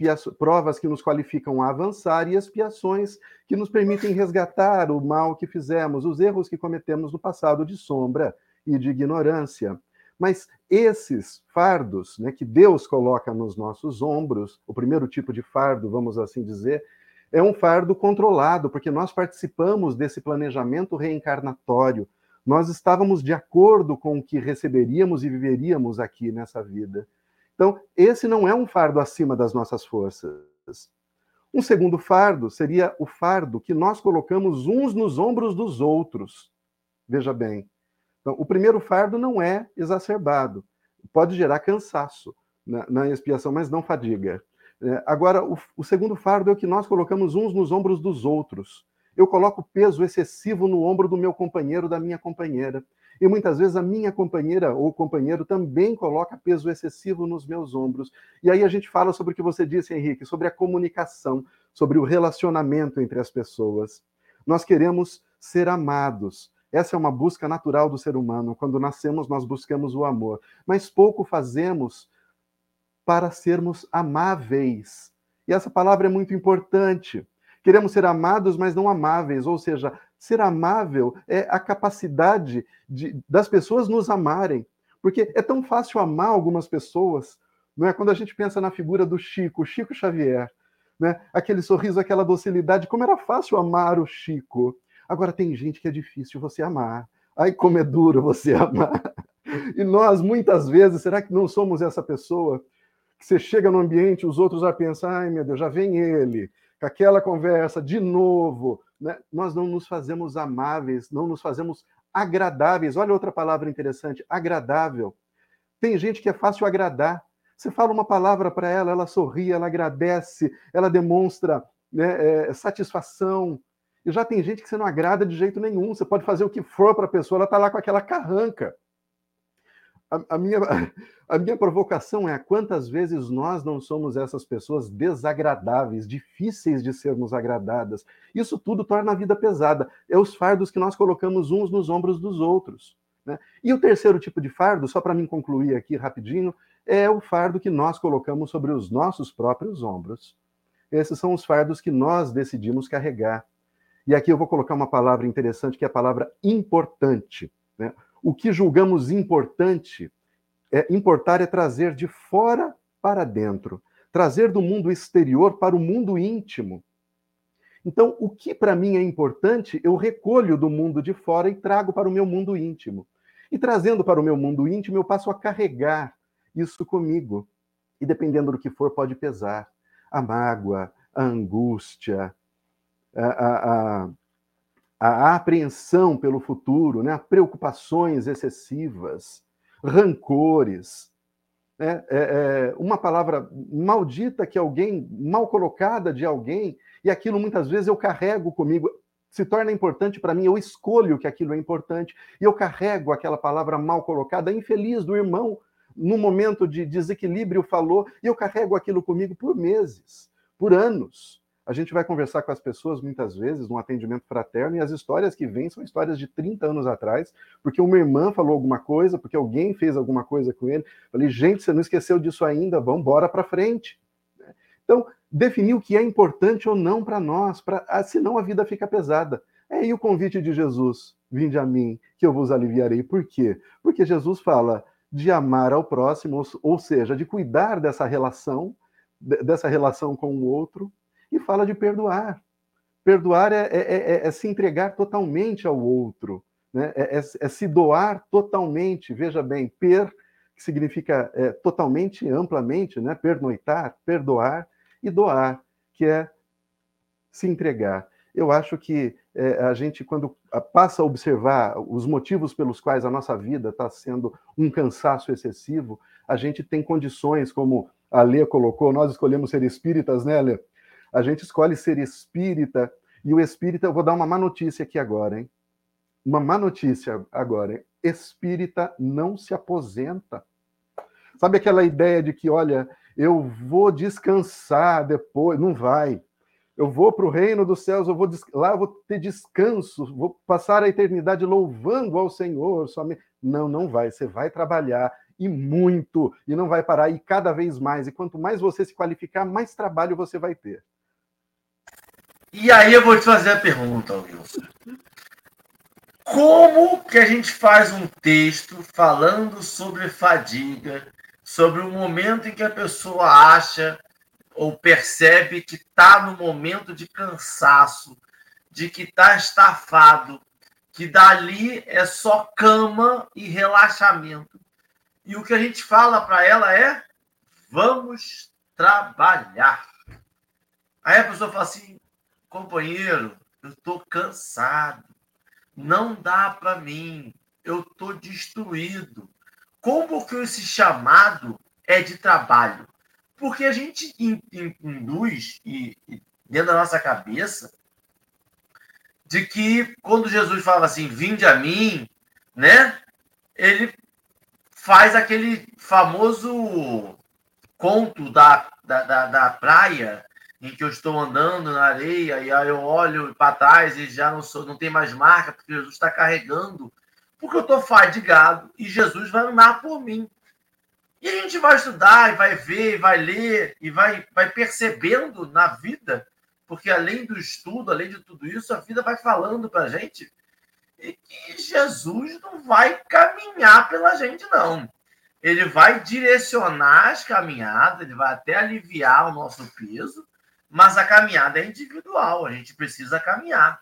que nos qualificam a avançar e expiações que nos permitem resgatar o mal que fizemos, os erros que cometemos no passado de sombra e de ignorância. Mas esses fardos, né, que Deus coloca nos nossos ombros, o primeiro tipo de fardo, vamos assim dizer, é um fardo controlado, porque nós participamos desse planejamento reencarnatório. Nós estávamos de acordo com o que receberíamos e viveríamos aqui nessa vida. Então, esse não é um fardo acima das nossas forças. Um segundo fardo seria o fardo que nós colocamos uns nos ombros dos outros. Veja bem. Então, o primeiro fardo não é exacerbado. Pode gerar cansaço na expiação, mas não fadiga. Agora, o segundo fardo é o que nós colocamos uns nos ombros dos outros. Eu coloco peso excessivo no ombro do meu companheiro, da minha companheira. E muitas vezes a minha companheira ou companheiro também coloca peso excessivo nos meus ombros. E aí a gente fala sobre o que você disse, Henrique, sobre a comunicação, sobre o relacionamento entre as pessoas. Nós queremos ser amados. Essa é uma busca natural do ser humano. Quando nascemos, nós buscamos o amor. Mas pouco fazemos para sermos amáveis. E essa palavra é muito importante. Queremos ser amados, mas não amáveis. Ou seja, ser amável é a capacidade das pessoas nos amarem. Porque é tão fácil amar algumas pessoas, não é? Quando a gente pensa na figura do Chico Xavier, né? Aquele sorriso, aquela docilidade, como era fácil amar o Chico. Agora, tem gente que é difícil você amar. Ai, como é duro você amar. E nós, muitas vezes, será que não somos essa pessoa que você chega no ambiente, os outros já pensam, ai, meu Deus, já vem ele, com aquela conversa, de novo. Né? Nós não nos fazemos amáveis, não nos fazemos agradáveis. Olha outra palavra interessante, agradável. Tem gente que é fácil agradar. Você fala uma palavra para ela, ela sorri, ela agradece, ela demonstra, né, satisfação. E já tem gente que você não agrada de jeito nenhum. Você pode fazer o que for para a pessoa, ela está lá com aquela carranca. A minha provocação é quantas vezes nós não somos essas pessoas desagradáveis, difíceis de sermos agradadas. Isso tudo torna a vida pesada. É os fardos que nós colocamos uns nos ombros dos outros. Né? E o terceiro tipo de fardo, só para mim concluir aqui rapidinho, é o fardo que nós colocamos sobre os nossos próprios ombros. Esses são os fardos que nós decidimos carregar. E aqui eu vou colocar uma palavra interessante, que é a palavra importante. Né? O que julgamos importante, importar é trazer de fora para dentro. trazer do mundo exterior para o mundo íntimo. Então, o que para mim é importante, eu recolho do mundo de fora e trago para o meu mundo íntimo. E trazendo para o meu mundo íntimo, eu passo a carregar isso comigo. E dependendo do que for, pode pesar. A mágoa, a angústia, a apreensão pelo futuro, né? Preocupações excessivas, rancores, né? Uma palavra maldita que alguém, mal colocada de alguém, e aquilo muitas vezes eu carrego comigo, se torna importante para mim, eu escolho que aquilo é importante, e eu carrego aquela palavra mal colocada, infeliz do irmão, no momento de desequilíbrio falou, e eu carrego aquilo comigo por meses, por anos. A gente vai conversar com as pessoas muitas vezes num atendimento fraterno e as histórias que vêm são histórias de 30 anos atrás, porque uma irmã falou alguma coisa, porque alguém fez alguma coisa com ele. Falei, gente, você não esqueceu disso ainda? Vamos embora para frente. Então, definir o que é importante ou não para nós, senão a vida fica pesada. É aí o convite de Jesus, vinde a mim, que eu vos aliviarei. Por quê? Porque Jesus fala de amar ao próximo, ou seja, de cuidar dessa relação com o outro, e fala de perdoar. Perdoar é se entregar totalmente ao outro, né? É se doar totalmente. Veja bem, que significa totalmente, amplamente, né? Pernoitar, perdoar, e doar, que é se entregar. Eu acho que a gente, quando passa a observar os motivos pelos quais a nossa vida está sendo um cansaço excessivo, a gente tem condições, como a Lê colocou, nós escolhemos ser espíritas, né, Lê? A gente escolhe ser espírita, e o espírita, eu vou dar uma má notícia aqui agora, hein? Uma má notícia agora, hein? Espírita não se aposenta. Sabe aquela ideia de que, olha, eu vou descansar depois? Não vai. Eu vou para o reino dos céus, lá eu vou ter descanso, vou passar a eternidade louvando ao Senhor. Somente. Não vai. Você vai trabalhar, e muito, e não vai parar, e cada vez mais. E quanto mais você se qualificar, mais trabalho você vai ter. E aí eu vou te fazer a pergunta, Wilson. Como que a gente faz um texto falando sobre fadiga, sobre o momento em que a pessoa acha ou percebe que está no momento de cansaço, de que está estafado, que dali é só cama e relaxamento. E o que a gente fala para ela é: vamos trabalhar. Aí a pessoa fala assim: companheiro, eu estou cansado, não dá para mim, eu estou destruído. Como que esse chamado é de trabalho? Porque a gente induz, e dentro da nossa cabeça, de que quando Jesus fala assim, vinde a mim, né? Ele faz aquele famoso conto da praia, em que eu estou andando na areia e aí eu olho para trás e já não tem mais marca, porque Jesus está carregando, porque eu estou fadigado e Jesus vai andar por mim. E a gente vai estudar, e vai ver, e vai ler, e vai percebendo na vida, porque além do estudo, além de tudo isso, a vida vai falando para a gente que Jesus não vai caminhar pela gente, não. Ele vai direcionar as caminhadas, ele vai até aliviar o nosso peso, mas a caminhada é individual, a gente precisa caminhar.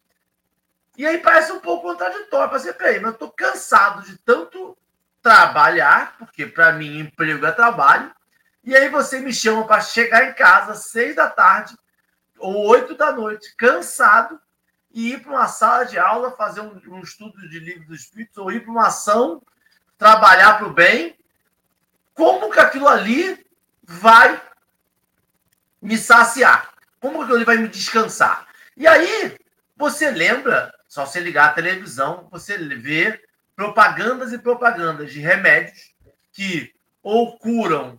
E aí parece um pouco contraditório, para você, peraí, mas eu estou cansado de tanto trabalhar, porque para mim emprego é trabalho, e aí você me chama para chegar em casa às 6 da tarde ou 8 da noite, cansado, e ir para uma sala de aula, fazer um estudo de livro dos Espíritos, ou ir para uma ação, trabalhar para o bem. Como que aquilo ali vai me saciar? Como que aquilo ali vai me descansar? E aí, você lembra, só você ligar a televisão, você vê propagandas e propagandas de remédios que ou curam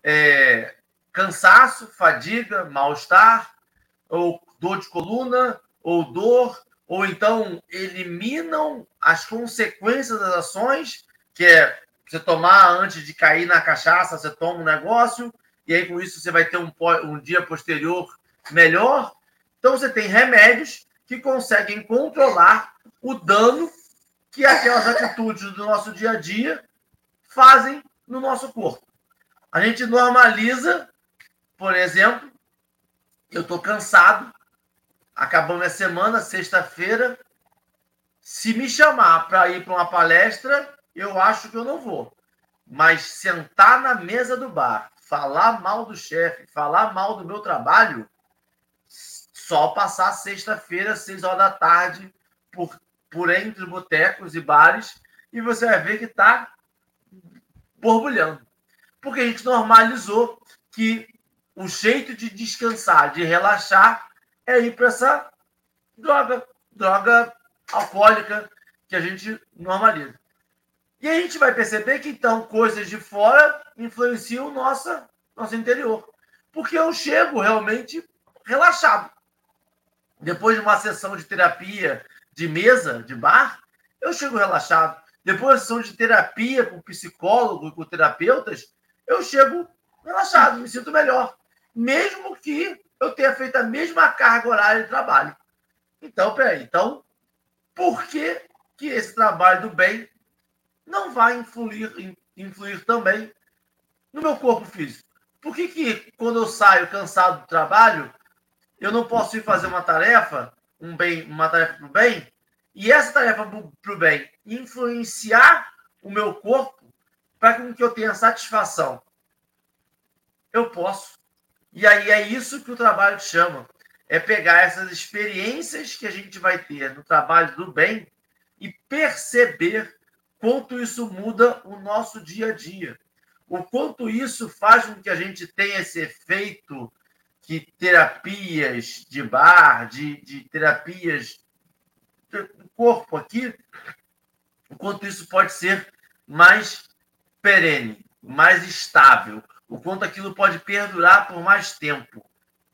cansaço, fadiga, mal-estar, ou dor de coluna, ou dor, ou então eliminam as consequências das ações, que é você tomar antes de cair na cachaça, você toma um negócio, e aí com isso você vai ter um dia posterior melhor. Então você tem remédios que conseguem controlar o dano que aquelas atitudes do nosso dia a dia fazem no nosso corpo. A gente normaliza por exemplo, eu estou cansado, acabou minha semana, sexta-feira, se me chamar para ir para uma palestra, eu acho que eu não vou. Mas sentar na mesa do bar, falar mal do chefe, falar mal do meu trabalho, só passar sexta-feira, 6 horas da tarde, por entre botecos e bares, e você vai ver que está borbulhando. Porque a gente normalizou que o jeito de descansar, de relaxar, é ir para essa droga alcoólica que a gente normaliza. E a gente vai perceber que, então, coisas de fora influenciam o nosso interior. Porque eu chego realmente relaxado. Depois de uma sessão de terapia de mesa, de bar, eu chego relaxado. Depois da sessão de terapia com psicólogo e com terapeutas, eu chego relaxado, me sinto melhor. Mesmo que eu tenha feito a mesma carga horária de trabalho. Então, peraí. Então, por que esse trabalho do bem não vai influir também no meu corpo físico? Por que quando eu saio cansado do trabalho, eu não posso ir fazer uma tarefa para o bem, e essa tarefa para o bem influenciar o meu corpo para que eu tenha satisfação? Eu posso. E aí é isso que o trabalho chama. É pegar essas experiências que a gente vai ter no trabalho do bem e perceber quanto isso muda o nosso dia a dia. O quanto isso faz com que a gente tenha esse efeito que terapias de bar, de terapias do corpo aqui, o quanto isso pode ser mais perene, mais estável, o quanto aquilo pode perdurar por mais tempo.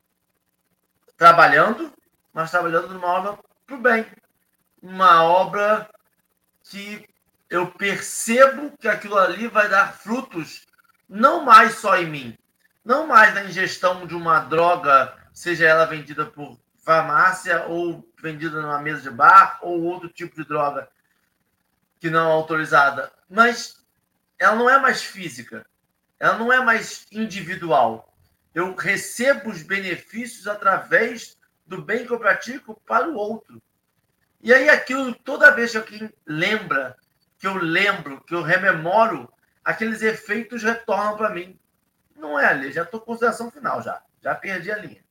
Trabalhando, mas trabalhando numa obra para o bem. Uma obra que eu percebo que aquilo ali vai dar frutos, não mais só em mim, não mais na ingestão de uma droga, seja ela vendida por farmácia ou vendida numa mesa de bar ou outro tipo de droga que não é autorizada, mas ela não é mais física, ela não é mais individual. Eu recebo os benefícios através do bem que eu pratico para o outro. E aí aquilo, toda vez que alguém lembra, que eu rememoro, aqueles efeitos retornam para mim. Não é ali, já estou com consideração final, já perdi a linha.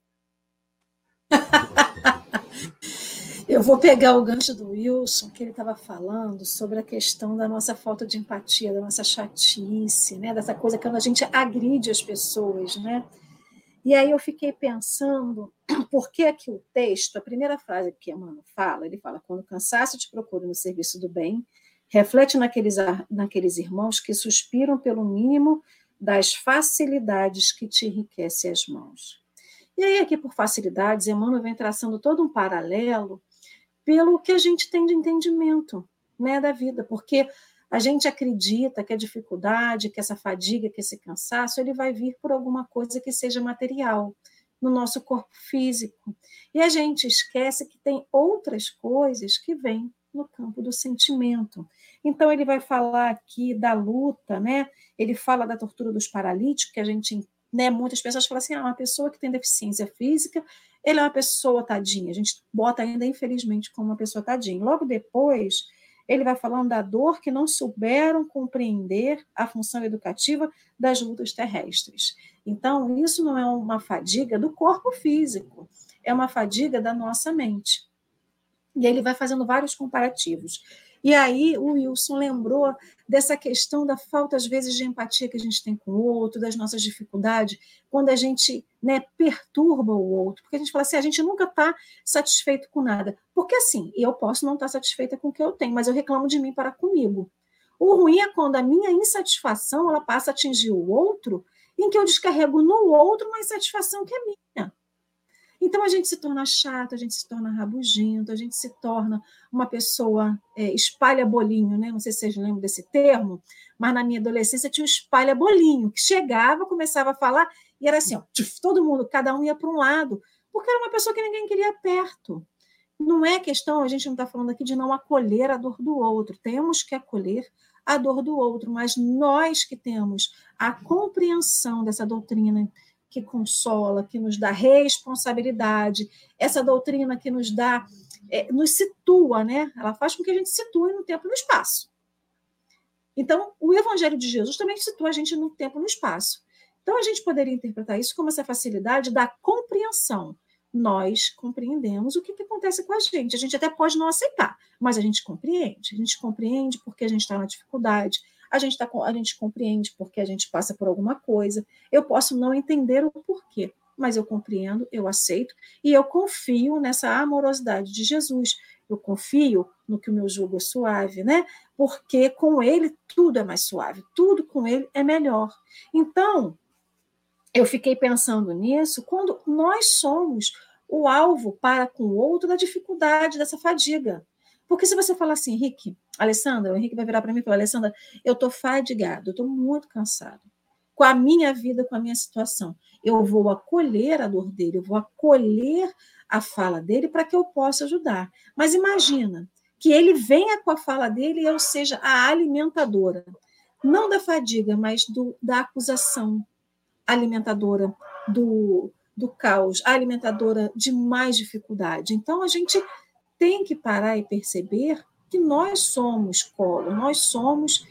Eu vou pegar o gancho do Wilson, que ele estava falando sobre a questão da nossa falta de empatia, da nossa chatice, né? Dessa coisa que a gente agride as pessoas, né? E aí eu fiquei pensando por que aqui o texto, a primeira frase que Emmanuel fala, ele fala: quando o cansaço te procura no serviço do bem, reflete naqueles irmãos que suspiram pelo mínimo das facilidades que te enriquecem as mãos. E aí aqui por facilidades, Emmanuel vem traçando todo um paralelo pelo que a gente tem de entendimento, né, da vida, porque a gente acredita que a dificuldade, que essa fadiga, que esse cansaço, ele vai vir por alguma coisa que seja material no nosso corpo físico. E a gente esquece que tem outras coisas que vêm no campo do sentimento. Então ele vai falar aqui da luta, né? Ele fala da tortura dos paralíticos, que a gente, né, muitas pessoas falam assim: uma pessoa que tem deficiência física, ele é uma pessoa tadinha. A gente bota ainda, infelizmente, como uma pessoa tadinha. Logo depois, ele vai falando da dor que não souberam compreender a função educativa das lutas terrestres. Então, isso não é uma fadiga do corpo físico, é uma fadiga da nossa mente. E ele vai fazendo vários comparativos. E aí o Wilson lembrou dessa questão da falta, às vezes, de empatia que a gente tem com o outro, das nossas dificuldades, quando a gente, né, perturba o outro. Porque a gente fala assim: a gente nunca está satisfeito com nada. Porque assim, eu posso não estar satisfeita com o que eu tenho, mas eu reclamo de mim para comigo. O ruim é quando a minha insatisfação ela passa a atingir o outro, em que eu descarrego no outro uma insatisfação que é minha. Então a gente se torna chato, a gente se torna rabugento, a gente se torna uma pessoa espalha bolinho, né? Não sei se vocês lembram desse termo, mas na minha adolescência tinha um espalha bolinho, que chegava, começava a falar, e era assim, ó, todo mundo, cada um ia para um lado, porque era uma pessoa que ninguém queria perto. Não é questão, a gente não está falando aqui de não acolher a dor do outro, temos que acolher a dor do outro, mas nós que temos a compreensão dessa doutrina, que consola, que nos dá responsabilidade, essa doutrina que nos dá, nos situa, né? Ela faz com que a gente se situe no tempo e no espaço. Então, o Evangelho de Jesus também situa a gente no tempo e no espaço. Então, a gente poderia interpretar isso como essa facilidade da compreensão. Nós compreendemos o que acontece com a gente. A gente até pode não aceitar, mas a gente compreende. A gente compreende porque a gente está na dificuldade, a gente compreende porque a gente passa por alguma coisa. Eu posso não entender o porquê, mas eu compreendo, eu aceito e eu confio nessa amorosidade de Jesus. Eu confio no que o meu jugo é suave, né? Porque com ele tudo é mais suave, tudo com ele é melhor. Então, eu fiquei pensando nisso quando nós somos o alvo para com o outro da dificuldade, dessa fadiga. Porque se você falar assim, Henrique, Alessandra, o Henrique vai virar para mim e falar, Alessandra, eu estou fadigado, eu estou muito cansado com a minha vida, com a minha situação. Eu vou acolher a dor dele, eu vou acolher a fala dele para que eu possa ajudar. Mas imagina que ele venha com a fala dele e eu seja a alimentadora, não da fadiga, mas da acusação, alimentadora do caos, alimentadora de mais dificuldade. Então, a gente tem que parar e perceber que nós somos colo, nós somos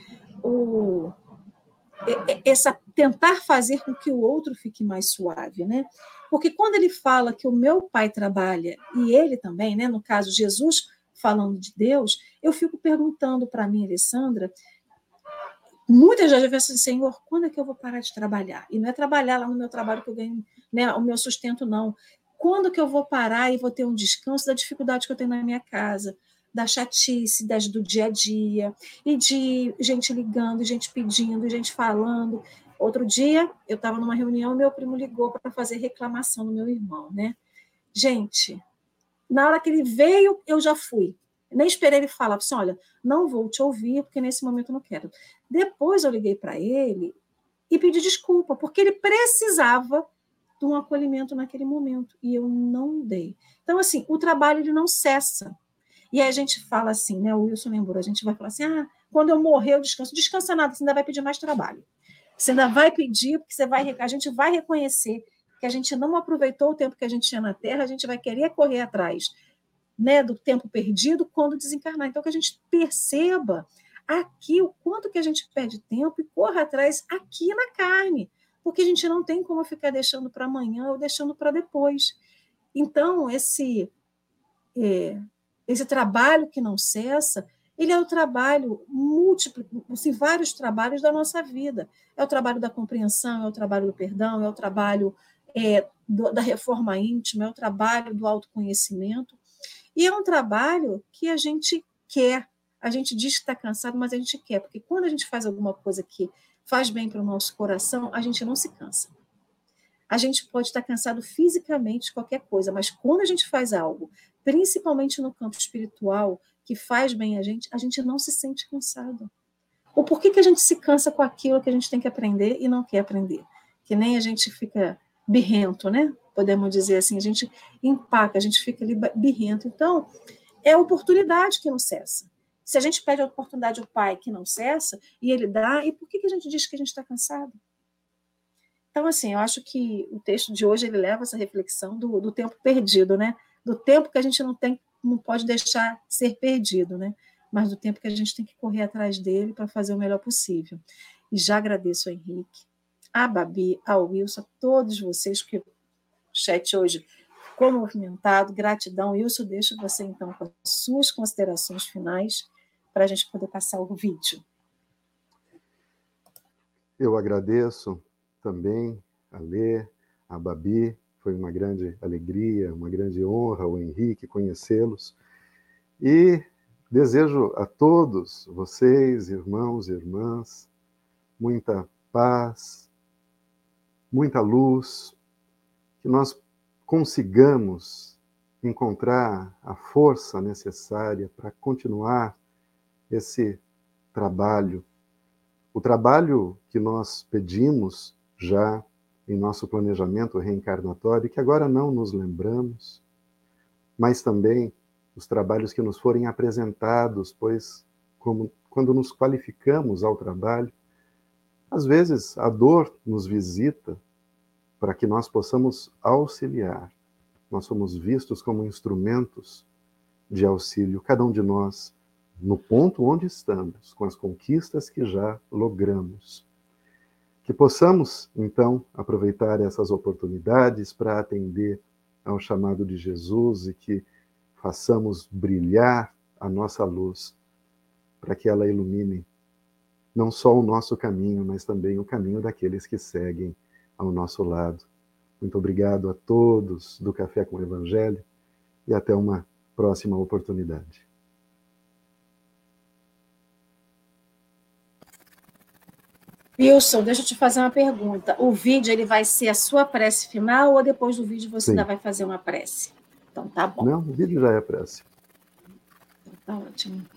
tentar fazer com que o outro fique mais suave, né? Porque quando ele fala que o meu pai trabalha, e ele também, né? No caso, Jesus falando de Deus, eu fico perguntando para mim, Alessandra, muitas vezes eu penso assim, Senhor, quando é que eu vou parar de trabalhar? E não é trabalhar lá no meu trabalho que eu ganho, né, o meu sustento, não. Quando que eu vou parar e vou ter um descanso da dificuldade que eu tenho na minha casa, da chatice, do dia a dia, e de gente ligando, gente pedindo, gente falando. Outro dia, eu estava numa reunião, meu primo ligou para fazer reclamação no meu irmão, né? Gente, na hora que ele veio, eu já fui. Nem esperei ele falar, assim, olha, não vou te ouvir, porque nesse momento eu não quero. Depois eu liguei para ele e pedi desculpa, porque ele precisava de um acolhimento naquele momento, e eu não dei. Então, assim, o trabalho ele não cessa. E aí a gente fala assim, né? O Wilson lembrou, a gente vai falar assim, quando eu morrer eu descanso. Descansa nada, você ainda vai pedir mais trabalho. Você ainda vai pedir, porque a gente vai reconhecer que a gente não aproveitou o tempo que a gente tinha na Terra, a gente vai querer correr atrás, né, do tempo perdido quando desencarnar. Então, que a gente perceba aqui o quanto que a gente perde tempo e corra atrás aqui na carne, porque a gente não tem como ficar deixando para amanhã ou deixando para depois. Então, esse trabalho que não cessa, ele é o trabalho múltiplo, assim, vários trabalhos da nossa vida. É o trabalho da compreensão, é o trabalho do perdão, é o trabalho da reforma íntima, é o trabalho do autoconhecimento. E é um trabalho que a gente quer. A gente diz que está cansado, mas a gente quer, porque quando a gente faz alguma coisa que faz bem para o nosso coração, a gente não se cansa. A gente pode estar cansado fisicamente de qualquer coisa, mas quando a gente faz algo, principalmente no campo espiritual, que faz bem a gente não se sente cansado. Ou por que a gente se cansa com aquilo que a gente tem que aprender e não quer aprender? Que nem a gente fica birrento, né? Podemos dizer assim, a gente empaca, a gente fica ali birrento. Então, é a oportunidade que não cessa. Se a gente pede a oportunidade ao Pai que não cessa, e Ele dá, e por que a gente diz que a gente está cansado? Então, assim, eu acho que o texto de hoje ele leva essa reflexão do tempo perdido, né? Do tempo que a gente não pode deixar ser perdido, né? Mas do tempo que a gente tem que correr atrás dele para fazer o melhor possível. E já agradeço ao Henrique, a Babi, ao Wilson, a todos vocês, que o chat hoje ficou movimentado. Gratidão. Wilson, deixo você, então, com as suas considerações finais para a gente poder passar o vídeo. Eu agradeço também a Lê, a Babi, foi uma grande alegria, uma grande honra o Henrique conhecê-los. E desejo a todos vocês, irmãos e irmãs, muita paz, muita luz, que nós consigamos encontrar a força necessária para continuar esse trabalho. O trabalho que nós pedimos já em nosso planejamento reencarnatório, que agora não nos lembramos, mas também os trabalhos que nos forem apresentados, pois quando nos qualificamos ao trabalho, às vezes a dor nos visita para que nós possamos auxiliar. Nós somos vistos como instrumentos de auxílio, cada um de nós, no ponto onde estamos, com as conquistas que já logramos. Que possamos, então, aproveitar essas oportunidades para atender ao chamado de Jesus e que façamos brilhar a nossa luz para que ela ilumine não só o nosso caminho, mas também o caminho daqueles que seguem ao nosso lado. Muito obrigado a todos do Café com o Evangelho e até uma próxima oportunidade. Wilson, deixa eu te fazer uma pergunta. O vídeo ele vai ser a sua prece final ou depois do vídeo você Sim. ainda vai fazer uma prece? Então tá bom. Não, o vídeo já é prece. Então, tá ótimo.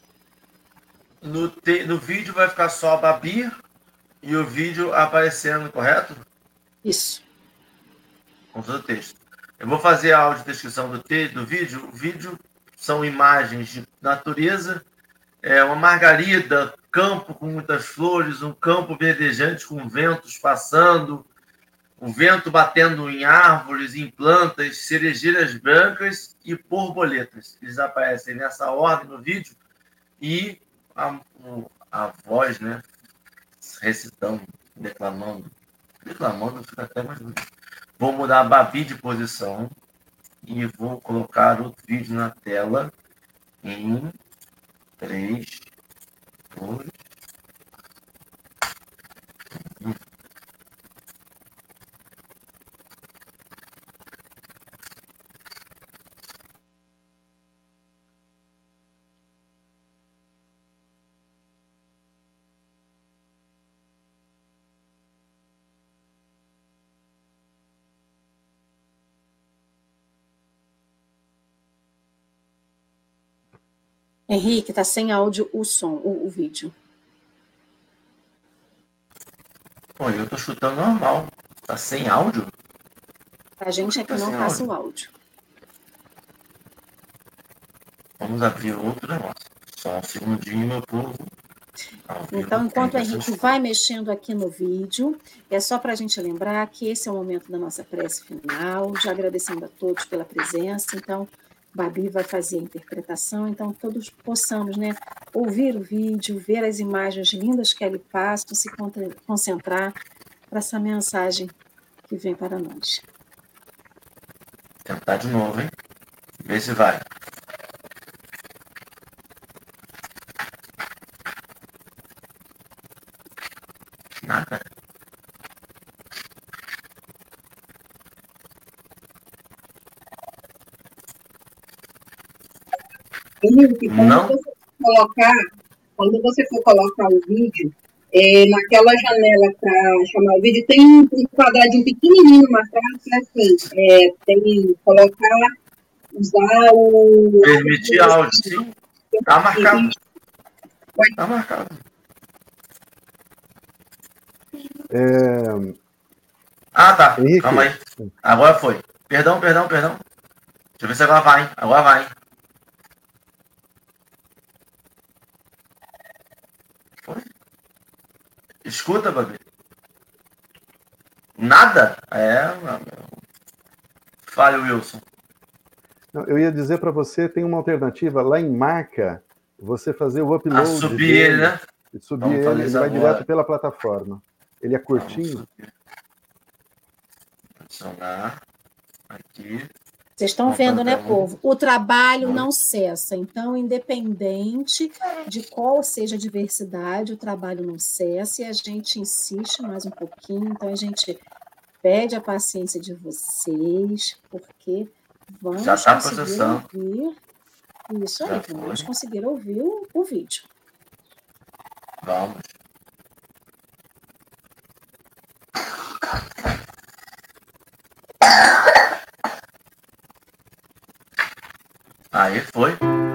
No vídeo vai ficar só a Babi e o vídeo aparecendo, correto? Isso. Com todo o texto. Eu vou fazer a audiodescrição do vídeo. O vídeo são imagens de natureza, uma margarida, campo com muitas flores, um campo verdejante com ventos passando, o vento batendo em árvores, em plantas, cerejeiras brancas e borboletas. Eles aparecem nessa ordem no vídeo e a voz, né, recitando, declamando fica até mais bonito. Vou mudar a Babi de posição e vou colocar o vídeo na tela em 3, 2, 1. Henrique, tá sem áudio o som, o vídeo. Pô, eu tô chutando normal. Tá sem áudio? A gente é que não passa o áudio. Vamos abrir outro negócio. Só um segundinho, meu povo. Então, enquanto o Henrique vai mexendo aqui no vídeo, é só para a gente lembrar que esse é o momento da nossa prece final, já agradecendo a todos pela presença. Então, Babi vai fazer a interpretação, então todos possamos, né, ouvir o vídeo, ver as imagens lindas que ali passam, se concentrar para essa mensagem que vem para nós. Tentar de novo, hein? Vê se vai. Nada. Henrique, quando você for colocar o vídeo, naquela janela para chamar o vídeo, tem um quadradinho pequenininho marcado, assim, tem colocar, usar o... Permitir áudio, sim. Tá marcado. Tá marcado. Ah, tá. Henrique. Calma aí. Agora foi. Perdão. Deixa eu ver se agora vai, hein? Agora vai, hein? Foi? Escuta, Babi. Nada? Fale, Wilson. Não, eu ia dizer para você, tem uma alternativa lá em marca, você fazer o upload. Subir ele, né? Subir ele vai direto pela plataforma. Ele é curtinho. Adicionar aqui. Vocês estão vendo, né, povo? O trabalho não cessa. Então, independente de qual seja a diversidade, o trabalho não cessa e a gente insiste mais um pouquinho. Então, a gente pede a paciência de vocês, porque vamos conseguir ouvir. Isso aí, vamos conseguir ouvir o vídeo. Vamos. Aí foi.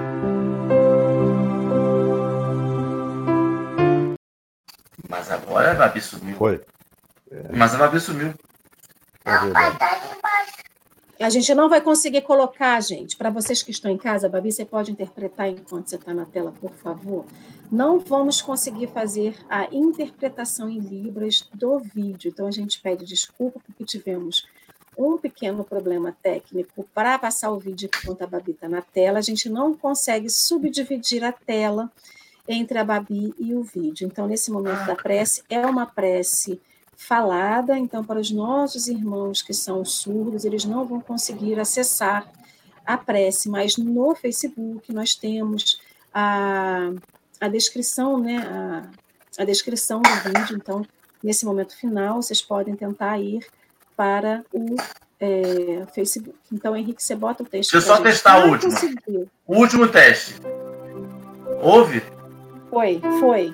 Mas agora a Babi sumiu. Foi. Mas a Babi sumiu. É verdade. A gente não vai conseguir colocar, gente, para vocês que estão em casa, Babi, você pode interpretar enquanto você está na tela, por favor? Não vamos conseguir fazer a interpretação em Libras do vídeo, então a gente pede desculpa porque tivemos um pequeno problema técnico para passar o vídeo enquanto a Babi está na tela, a gente não consegue subdividir a tela entre a Babi e o vídeo. Então, nesse momento da prece, é uma prece falada, então, para os nossos irmãos que são surdos, eles não vão conseguir acessar a prece, mas no Facebook nós temos a descrição, né, a descrição do vídeo, então, nesse momento final, vocês podem tentar ir para o Facebook. Então, Henrique, você bota o texto. Deixa eu só testar o último. Conseguir. O último teste. Ouve? Foi.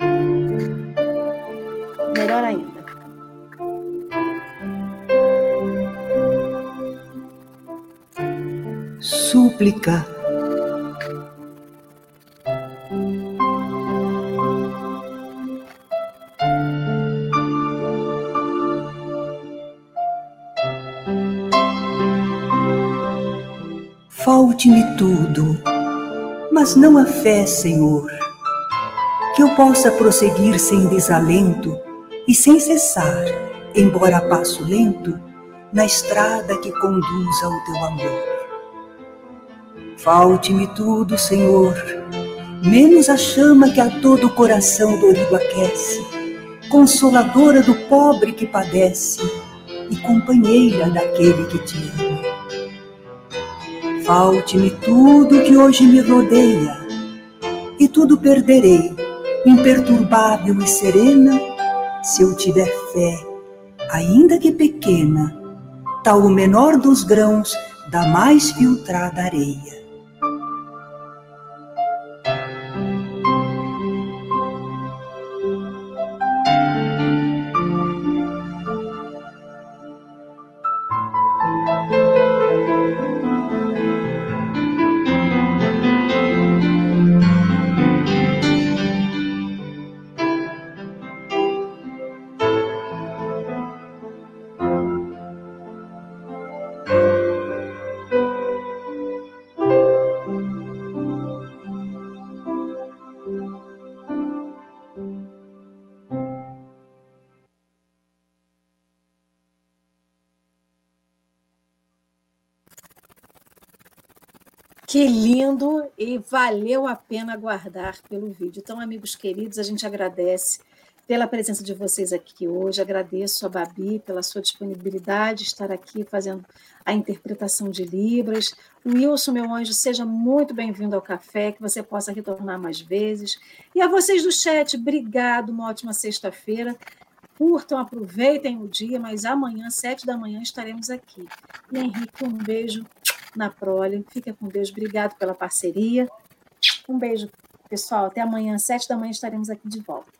Melhor ainda. Súplica. Falte-me tudo, mas não a fé, Senhor, que eu possa prosseguir sem desalento e sem cessar, embora a passo lento, na estrada que conduz ao teu amor. Falte-me tudo, Senhor, menos a chama que a todo o coração dorido aquece, consoladora do pobre que padece e companheira daquele que te ama. Falte-me tudo que hoje me rodeia, e tudo perderei, imperturbável e serena, se eu tiver fé, ainda que pequena, tal o menor dos grãos da mais filtrada areia. Que lindo e valeu a pena aguardar pelo vídeo. Então, amigos queridos, a gente agradece pela presença de vocês aqui hoje, agradeço a Babi pela sua disponibilidade de estar aqui fazendo a interpretação de Libras. Wilson, meu anjo, seja muito bem-vindo ao café, que você possa retornar mais vezes. E a vocês do chat, obrigado, uma ótima sexta-feira. Curtam, aproveitem o dia, mas amanhã, 7 da manhã, estaremos aqui. E Henrique, um beijo na prole. Fica com Deus. Obrigado pela parceria. Um beijo, pessoal. Até amanhã, 7 da manhã, estaremos aqui de volta.